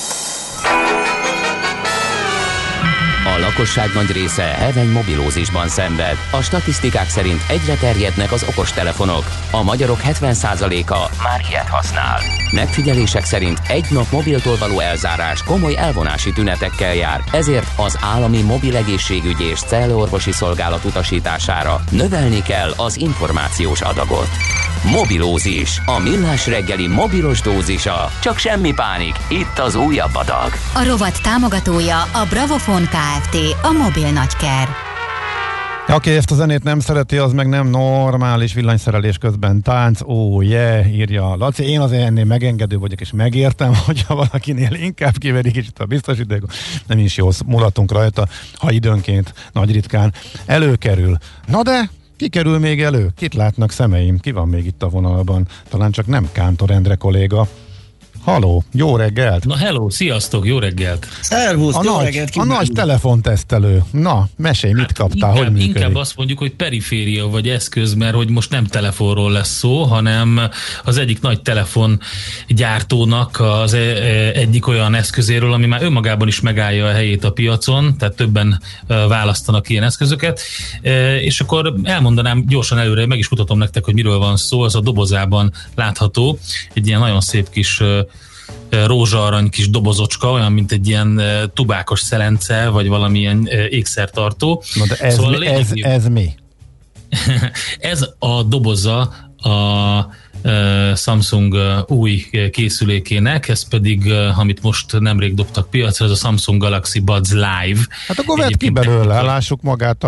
A lakosság nagy része heveny mobilózisban szenved. A statisztikák szerint egyre terjednek az okostelefonok. A magyarok 70%-a már ilyet használ. Megfigyelések szerint egy nap mobiltól való elzárás komoly elvonási tünetekkel jár, ezért az állami mobil egészségügyi és cellorvosi szolgálat utasítására növelni kell az információs adagot. Mobilózis, a millás reggeli mobilos dózisa. Csak semmi pánik, itt az újabb adag. A rovat támogatója a Bravofon Kft. A mobil nagyker. Aki ezt a zenét nem szereti, az meg nem normális villanyszerelés közben tánc. Írja Laci. Én azért ennél megengedő vagyok, és megértem, hogyha valakinél inkább kiverik kicsit a biztosítékot. Nem is jó mulatunk rajta, ha időnként, nagy ritkán előkerül. Na de ki kerül még elő? Kit látnak szemeim? Ki van még itt a vonalban? Talán csak nem Kántor Endre kolléga. Haló, jó reggelt! Na hello, sziasztok, jó reggelt! Szervusz, jó reggelt! A nagy telefontesztelő. Na, mesélj, mit kaptál, hogy működik? Inkább azt mondjuk, hogy periféria vagy eszköz, mert hogy most nem telefonról lesz szó, hanem az egyik nagy telefongyártónak az egyik olyan eszközéről, ami már önmagában is megállja a helyét a piacon, tehát többen választanak ilyen eszközöket, és akkor elmondanám gyorsan előre, meg is mutatom nektek, hogy miről van szó, az a dobozában látható, egy ilyen nagyon szép kis rózsaarany kis dobozocska, olyan, mint egy ilyen tubákos szelence, vagy valamilyen ékszertartó. Na de ez, szóval ez mi? Ez a doboza a Samsung új készülékének, ez pedig, amit most nemrég dobtak piacra, ez a Samsung Galaxy Buds Live. Hát akkor vedd ki belőle, lássuk magát a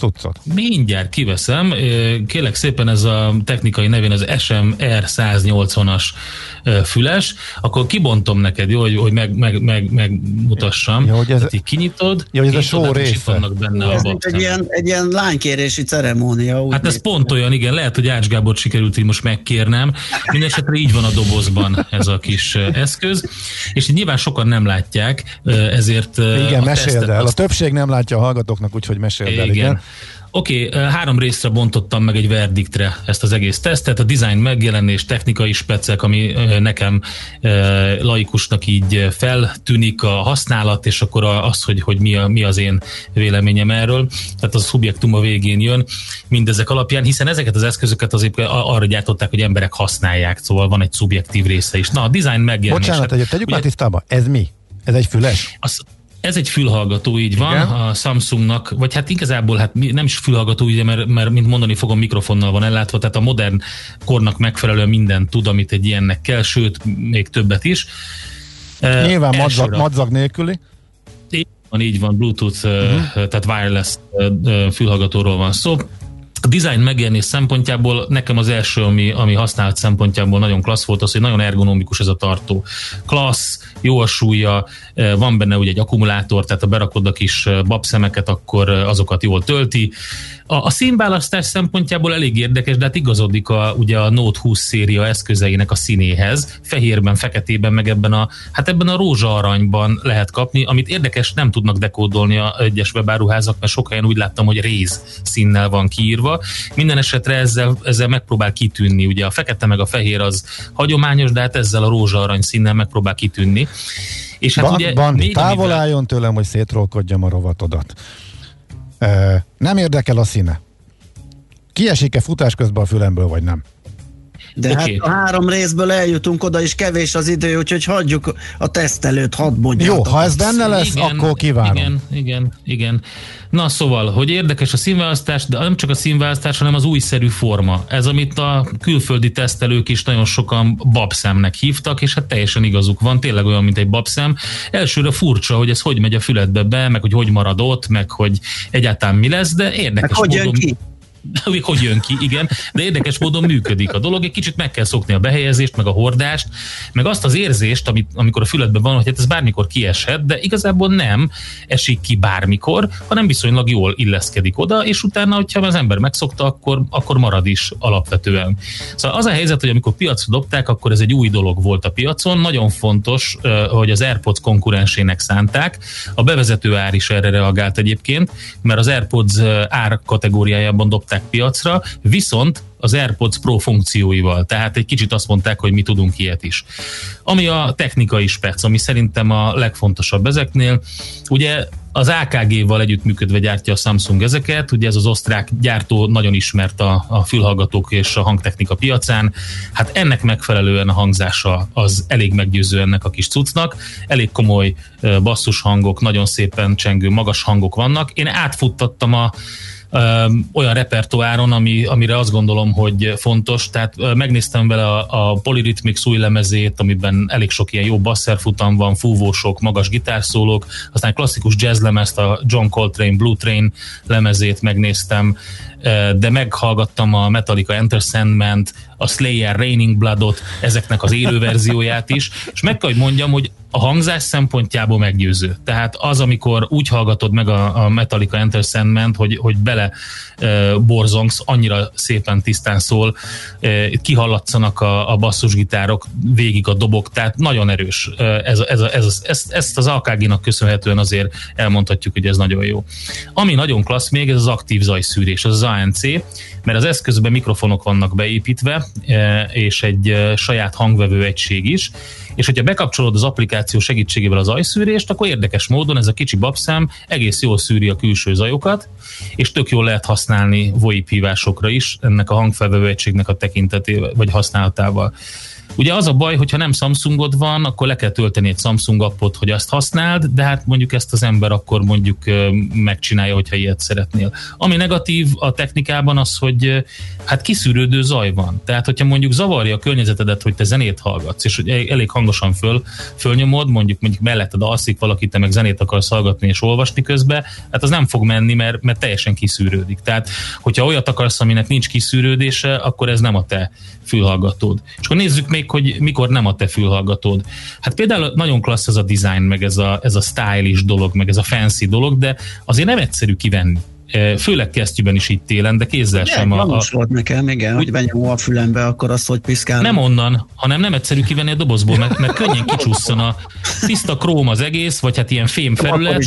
cuccot? Mindjárt kiveszem. Kérlek szépen, ez a technikai nevén az SMR 180-as füles, akkor kibontom neked, jó, hogy megmutassam. Ja, tehát így kinyitod, ja, hogy ez a show része. Benne ez egy ilyen lánykérési ceremónia. Hát ez pont olyan, igen, lehet, hogy Ács Gábort sikerült így most megkérnem. Mindenesetre így van a dobozban ez a kis eszköz, és így nyilván sokan nem látják, ezért... Igen, meséld el. A többség nem látja a hallgatóknak, úgyhogy meséld el, igen. Oké, 3 részre bontottam meg egy verdiktre ezt az egész tesztet, a design megjelenés, technikai specek, ami nekem laikusnak így feltűnik, a használat, és akkor az, hogy mi az én véleményem erről. Tehát a szubjektum a végén jön mindezek alapján, hiszen ezeket az eszközöket azért arra gyártották, hogy emberek használják, szóval van egy szubjektív része is. Na, a design megjelenés. Bocsánat, tegyük már tisztába, ez mi? Ez egy füles? Ez egy fülhallgató, így van, igen. A Samsungnak, vagy hát igazából nem is fülhallgató, ugye, mert mint mondani fogom, mikrofonnal van ellátva, tehát a modern kornak megfelelően mindent tud, amit egy ilyennek kell, sőt, még többet is. Nyilván madzag nélküli. Így van, Bluetooth, tehát wireless fülhallgatóról van szó. A design megjelenés szempontjából nekem az első, ami használat szempontjából nagyon klassz volt, az, hogy nagyon ergonomikus ez a tartó. Klassz, jó a súlya, van benne ugye egy akkumulátor, tehát ha berakod a kis babszemeket, akkor azokat jól tölti. A színválasztás szempontjából elég érdekes, de hát igazodik ugye a Note 20 széria eszközeinek a színéhez. Fehérben, feketében, meg ebben a rózsa-aranyban lehet kapni, amit érdekes, nem tudnak dekódolni a egyes webáruházak, mert sok helyen úgy láttam, hogy réz színnel van kiírva. Minden esetre ezzel megpróbál kitűnni. Ugye a fekete meg a fehér az hagyományos, de hát ezzel a rózsa-arany színnel megpróbál kitűnni. És hát ugye Bandi, távol álljon tőlem, hogy szétrolkodjam a rovatodat. Nem érdekel a színe. Kiesik-e futás közben a fülemből, vagy nem? De okay. Hát a 3 részből eljutunk oda, és kevés az idő, úgyhogy hagyjuk a tesztelőt, hadd mondjátok. Jó, ha ez benne lesz, igen, akkor kívánom. Igen. Na szóval, hogy érdekes a színválasztás, de nem csak a színválasztás, hanem az újszerű forma. Ez, amit a külföldi tesztelők is nagyon sokan babszemnek hívtak, és hát teljesen igazuk van, tényleg olyan, mint egy babszem. Elsőre furcsa, hogy ez hogy megy a füledbe be, meg hogy marad ott, meg hogy egyáltalán mi lesz, de érdekes módon... Hogy jön ki? Hogy jön ki, igen, de érdekes módon működik a dolog, egy kicsit meg kell szokni a behelyezést, meg a hordást, meg azt az érzést, amikor a füledben van, hogy hát ez bármikor kieshet, de igazából nem esik ki bármikor, hanem viszonylag jól illeszkedik oda, és utána, hogyha az ember megszokta, akkor marad is alapvetően. Szóval az a helyzet, hogy amikor piacra dobták, akkor ez egy új dolog volt a piacon, nagyon fontos, hogy az AirPods konkurensének szánták, a bevezető ár is erre reagált egyébként, mert az AirPods ár kategóriájában dobták piacra, viszont az AirPods Pro funkcióival, tehát egy kicsit azt mondták, hogy mi tudunk ilyet is. Ami a technikai spec, ami szerintem a legfontosabb ezeknél, ugye az AKG-val együttműködve gyártja a Samsung ezeket, ugye ez az osztrák gyártó nagyon ismert a fülhallgatók és a hangtechnika piacán, hát ennek megfelelően a hangzása az elég meggyőző ennek a kis cuccnak, elég komoly basszus hangok, nagyon szépen csengő, magas hangok vannak. Én átfuttattam olyan repertoáron, amire azt gondolom, hogy fontos, tehát megnéztem vele a Polyrhythmics új lemezét, amiben elég sok ilyen jó basszerfutam van, fúvósok, magas gitárszólók, aztán klasszikus jazzlemezt, a John Coltrane Blue Train lemezét megnéztem, de meghallgattam a Metallica Enter Sandman-t, a Slayer Raining Bloodot, ezeknek az élő verzióját is, és meg kell, hogy mondjam, hogy a hangzás szempontjából meggyőző. Tehát az, amikor úgy hallgatod meg a Metallica Enter Sandman-t, hogy bele borzongsz, annyira szépen tisztán szól, kihallatszanak a basszusgitárok, végig a dobok, tehát nagyon erős. Ezt az AKG-nak köszönhetően azért elmondhatjuk, hogy ez nagyon jó. Ami nagyon klassz még, ez az aktív zajszűrés, az ANC, mert az eszközben mikrofonok vannak beépítve, és egy saját hangvevő egység is, és hogyha bekapcsolod az applikáció segítségével az zajszűrést, akkor érdekes módon ez a kicsi babszám egész jól szűri a külső zajokat, és tök jól lehet használni VoIP hívásokra is, ennek a hangfelvevő egységnek a tekintetével, vagy használatával. Ugye az a baj, hogyha nem Samsungod van, akkor le kell tölteni egy Samsung appot, hogy azt használd, de hát mondjuk ezt az ember akkor mondjuk megcsinálja, hogyha ilyet szeretnél. Ami negatív a technikában az, hogy hát kiszűrődő zaj van. Tehát, hogyha mondjuk zavarja a környezetedet, hogy te zenét hallgatsz, és hogy elég hangosan fölnyomod, mondjuk melletted alszik valaki, te meg zenét akarsz hallgatni és olvasni közben, hát az nem fog menni, mert teljesen kiszűrődik. Tehát, hogyha olyat akarsz, aminek nincs kiszűrődése, akkor ez nem a te fülhallgatód. És akkor nézzük még, hogy mikor nem a te fülhallgatód. Hát például nagyon klassz ez a design, meg ez a stylish dolog, meg ez a fancy dolog, de azért nem egyszerű kivenni. Főleg kesztyűben is így télen, de kézzel sem. Gyanús volt nekem, igen, hogy benyomom a fülembe, akkor azt, hogy piszkál. Nem onnan, hanem nem egyszerű kivenni a dobozból, mert könnyen kicsusszon a tiszta króm az egész, vagy hát ilyen fém felület,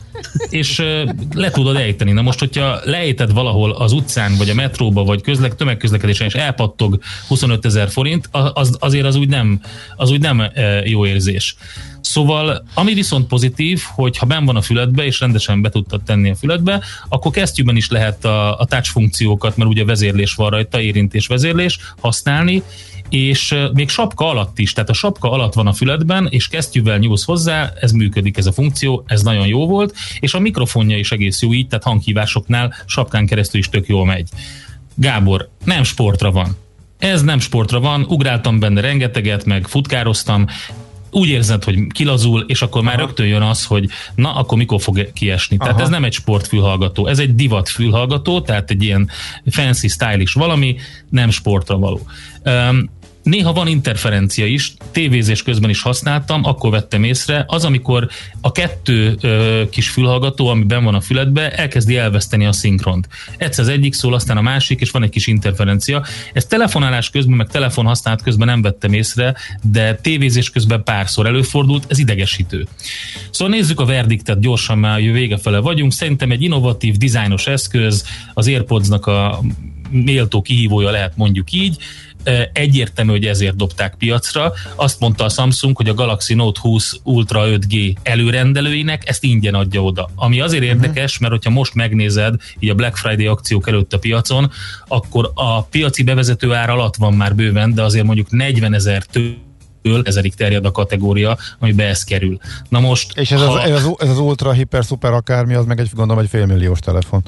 és le tudod ejteni. Na most, hogyha leejted valahol az utcán, vagy a metróba, vagy tömegközlekedésen, és elpattog 25 000 forint, azért az úgy nem jó érzés. Szóval, ami viszont pozitív, hogy ha benn van a füledbe, és rendesen be tudtad tenni a füledbe, akkor kesztyűben is lehet a touch funkciókat, mert ugye vezérlés van rajta, érintés, vezérlés használni, és még sapka alatt is, tehát a sapka alatt van a füledben, és kesztyűvel nyúlsz hozzá, ez működik, ez a funkció, ez nagyon jó volt, és a mikrofonja is egész jó így, tehát hanghívásoknál sapkán keresztül is tök jól megy. Gábor, nem sportra van. Ez nem sportra van, ugráltam benne rengeteget, meg futkároztam, úgy érzed, hogy kilazul, és akkor már rögtön jön az, hogy na, akkor mikor fog kiesni. Tehát ez nem egy sportfülhallgató, ez egy divat fülhallgató, tehát egy ilyen fancy, stylish valami, nem sportra való. Néha van interferencia is, tévézés közben is használtam, akkor vettem észre, az, amikor a kettő kis fülhallgató, ami benn van a füledbe, elkezdi elveszteni a szinkront. Egyszer az egyik szól, aztán a másik, és van egy kis interferencia. Ezt telefonálás közben, meg telefonhasználat közben nem vettem észre, de tévézés közben párszor előfordult, ez idegesítő. Szóval nézzük a verdiktet, gyorsan már vége fele vagyunk. Szerintem egy innovatív, dizájnos eszköz, az AirPods-nak a méltó kihívója lehet, mondjuk így. Egyértelmű, hogy ezért dobták piacra. Azt mondta a Samsung, hogy a Galaxy Note 20 Ultra 5G előrendelőinek ezt ingyen adja oda. Ami azért érdekes, mert hogyha most megnézed így a Black Friday akciók előtt a piacon, akkor a piaci bevezető ár alatt van már bőven, de azért mondjuk 40 000-től ezerig terjed a kategória, amibe ez kerül. Na most... És ez az ultra, hiper, szuper akármi, az meg gondolom egy félmilliós telefon.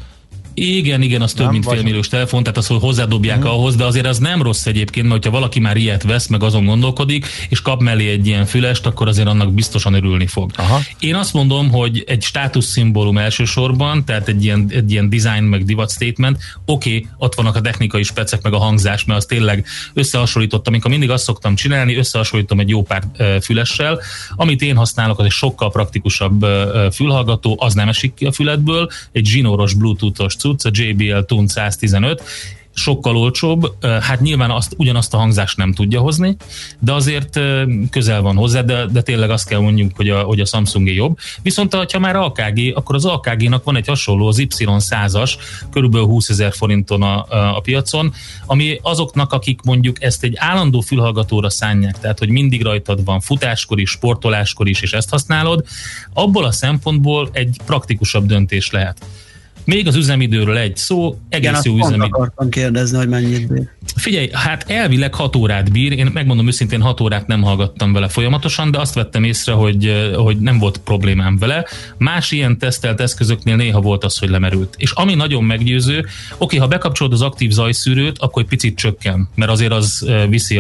Igen, az több nem, mint félmilliós telefon, tehát az, hogy hozzádobják ahhoz, de azért az nem rossz egyébként, mert hogyha valaki már ilyet vesz, meg azon gondolkodik, és kap mellé egy ilyen fülest, akkor azért annak biztosan örülni fog. Aha. Én azt mondom, hogy egy státuszszimbólum elsősorban, tehát egy ilyen design meg divat statement, oké, ott vannak a technikai specek meg a hangzás, mert az tényleg összehasonlítottam, amikor mindig azt szoktam csinálni, összehasonlítom egy jó pár fülessel, amit én használok, az egy sokkal praktikusabb fülhallgató, az nem esik ki a füledből, egy zsinóros bluetoothos cucc, a JBL Tune 115, sokkal olcsóbb, hát nyilván ugyanazt a hangzást nem tudja hozni, de azért közel van hozzá, de tényleg azt kell mondjuk, hogy a Samsungé jobb. Viszont ha már AKG, akkor az AKG-nak van egy hasonló, az Y100-as, körülbelül 20 000 forinton a piacon, ami azoknak, akik mondjuk ezt egy állandó fülhallgatóra szánják, tehát hogy mindig rajtad van futáskor is, sportoláskor is, és ezt használod, abból a szempontból egy praktikusabb döntés lehet. Még az üzemidőről egy szó, egész jó üzemidő. Akartam kérdezni, hogy mennyit bír. Figyelj, hát elvileg 6 órát bír, én megmondom őszintén 6 órát nem hallgattam vele folyamatosan, de azt vettem észre, hogy nem volt problémám vele. Más ilyen tesztelt eszközöknél néha volt az, hogy lemerült. És ami nagyon meggyőző, oké, ha bekapcsolod az aktív zajszűrőt, akkor egy picit csökken, mert azért az viszi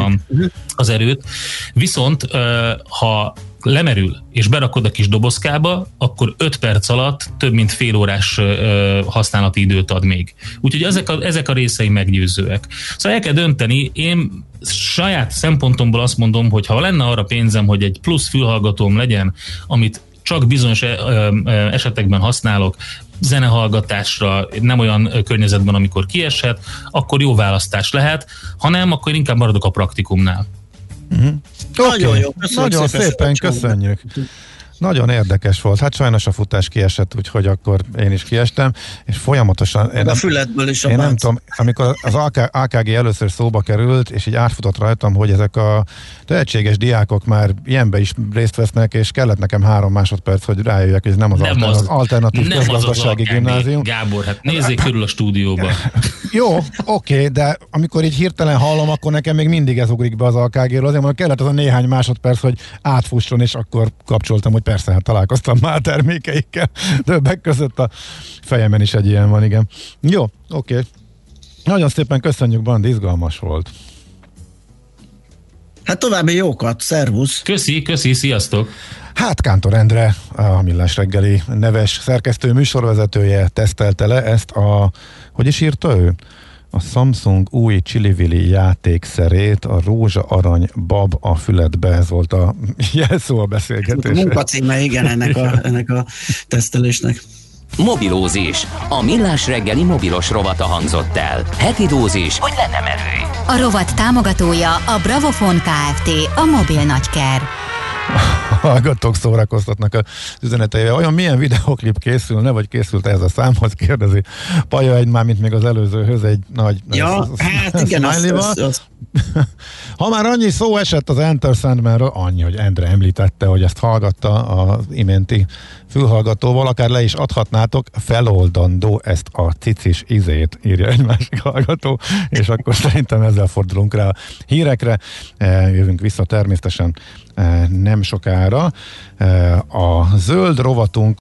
az erőt. Viszont ha lemerül, és berakod a kis dobozkába, akkor 5 perc alatt több mint fél órás használati időt ad még. Úgyhogy ezek a részei meggyőzőek. Szóval el kell dönteni, én saját szempontomból azt mondom, hogy ha lenne arra pénzem, hogy egy plusz fülhallgatóm legyen, amit csak bizonyos esetekben használok, zenehallgatásra, nem olyan környezetben, amikor kieshet, akkor jó választás lehet, ha nem, akkor inkább maradok a praktikumnál. Nagyon jó, nagyon szépen köszönjük. Nagyon érdekes volt. Hát sajnos a futás kiesett, úgyhogy akkor én is kiestem, és folyamatosan... A füledből is a én nem tudom, amikor az AKG először szóba került, és így átfutott rajtam, hogy ezek a tehetséges diákok már ilyenbe is részt vesznek, és kellett nekem 3 másodperc, hogy rájöjjek, hogy ez nem az alternatív közgazdasági gimnázium. Gábor, hát nézzék körül a stúdióba. Jó, oké, de amikor így hirtelen hallom, akkor nekem még mindig ez ugrik be az AKG-ről, azért mondom, kellett az a néhány másodperc, hogy átfusson, és akkor kapcsoltam, hogy persze, hát találkoztam már termékeikkel. Többek között a fejemen is egy ilyen van, igen. Jó, oké. Nagyon szépen köszönjük, Bandi, izgalmas volt. Hát további jókat, szervusz! Köszi, sziasztok! Hát Kántor Endre, a Millás reggeli neves szerkesztő műsorvezetője tesztelte le ezt hogy is írta ő? A Samsung új csili-vili játékszerét, a rózsa arany bab a füledbe, ez volt a jelszó a beszélgetésre. A munkacíme, igen, ennek a tesztelésnek. Mobilózis. A Millás reggeli mobilos rovata hangzott el. Heti dózis, hogy lenne merő. A rovat támogatója a Bravofon Kft. A mobil nagyker. Hallgatók szórakoztatnak az üzeneteivel. Olyan milyen videoklip készülne, vagy készült ez a számhoz, kérdezi Paja már, mint még az előzőhöz egy nagy hát igen, az. Ha már annyi szó esett az Enter Sandmanről, annyi, hogy Endre említette, hogy ezt hallgatta az iménti fülhallgatóval, akár le is adhatnátok, feloldandó ezt a cicis izét, írja egy másik hallgató, és akkor szerintem ezzel fordulunk rá a hírekre. Jövünk vissza természetesen nem sokára. A zöld rovatunk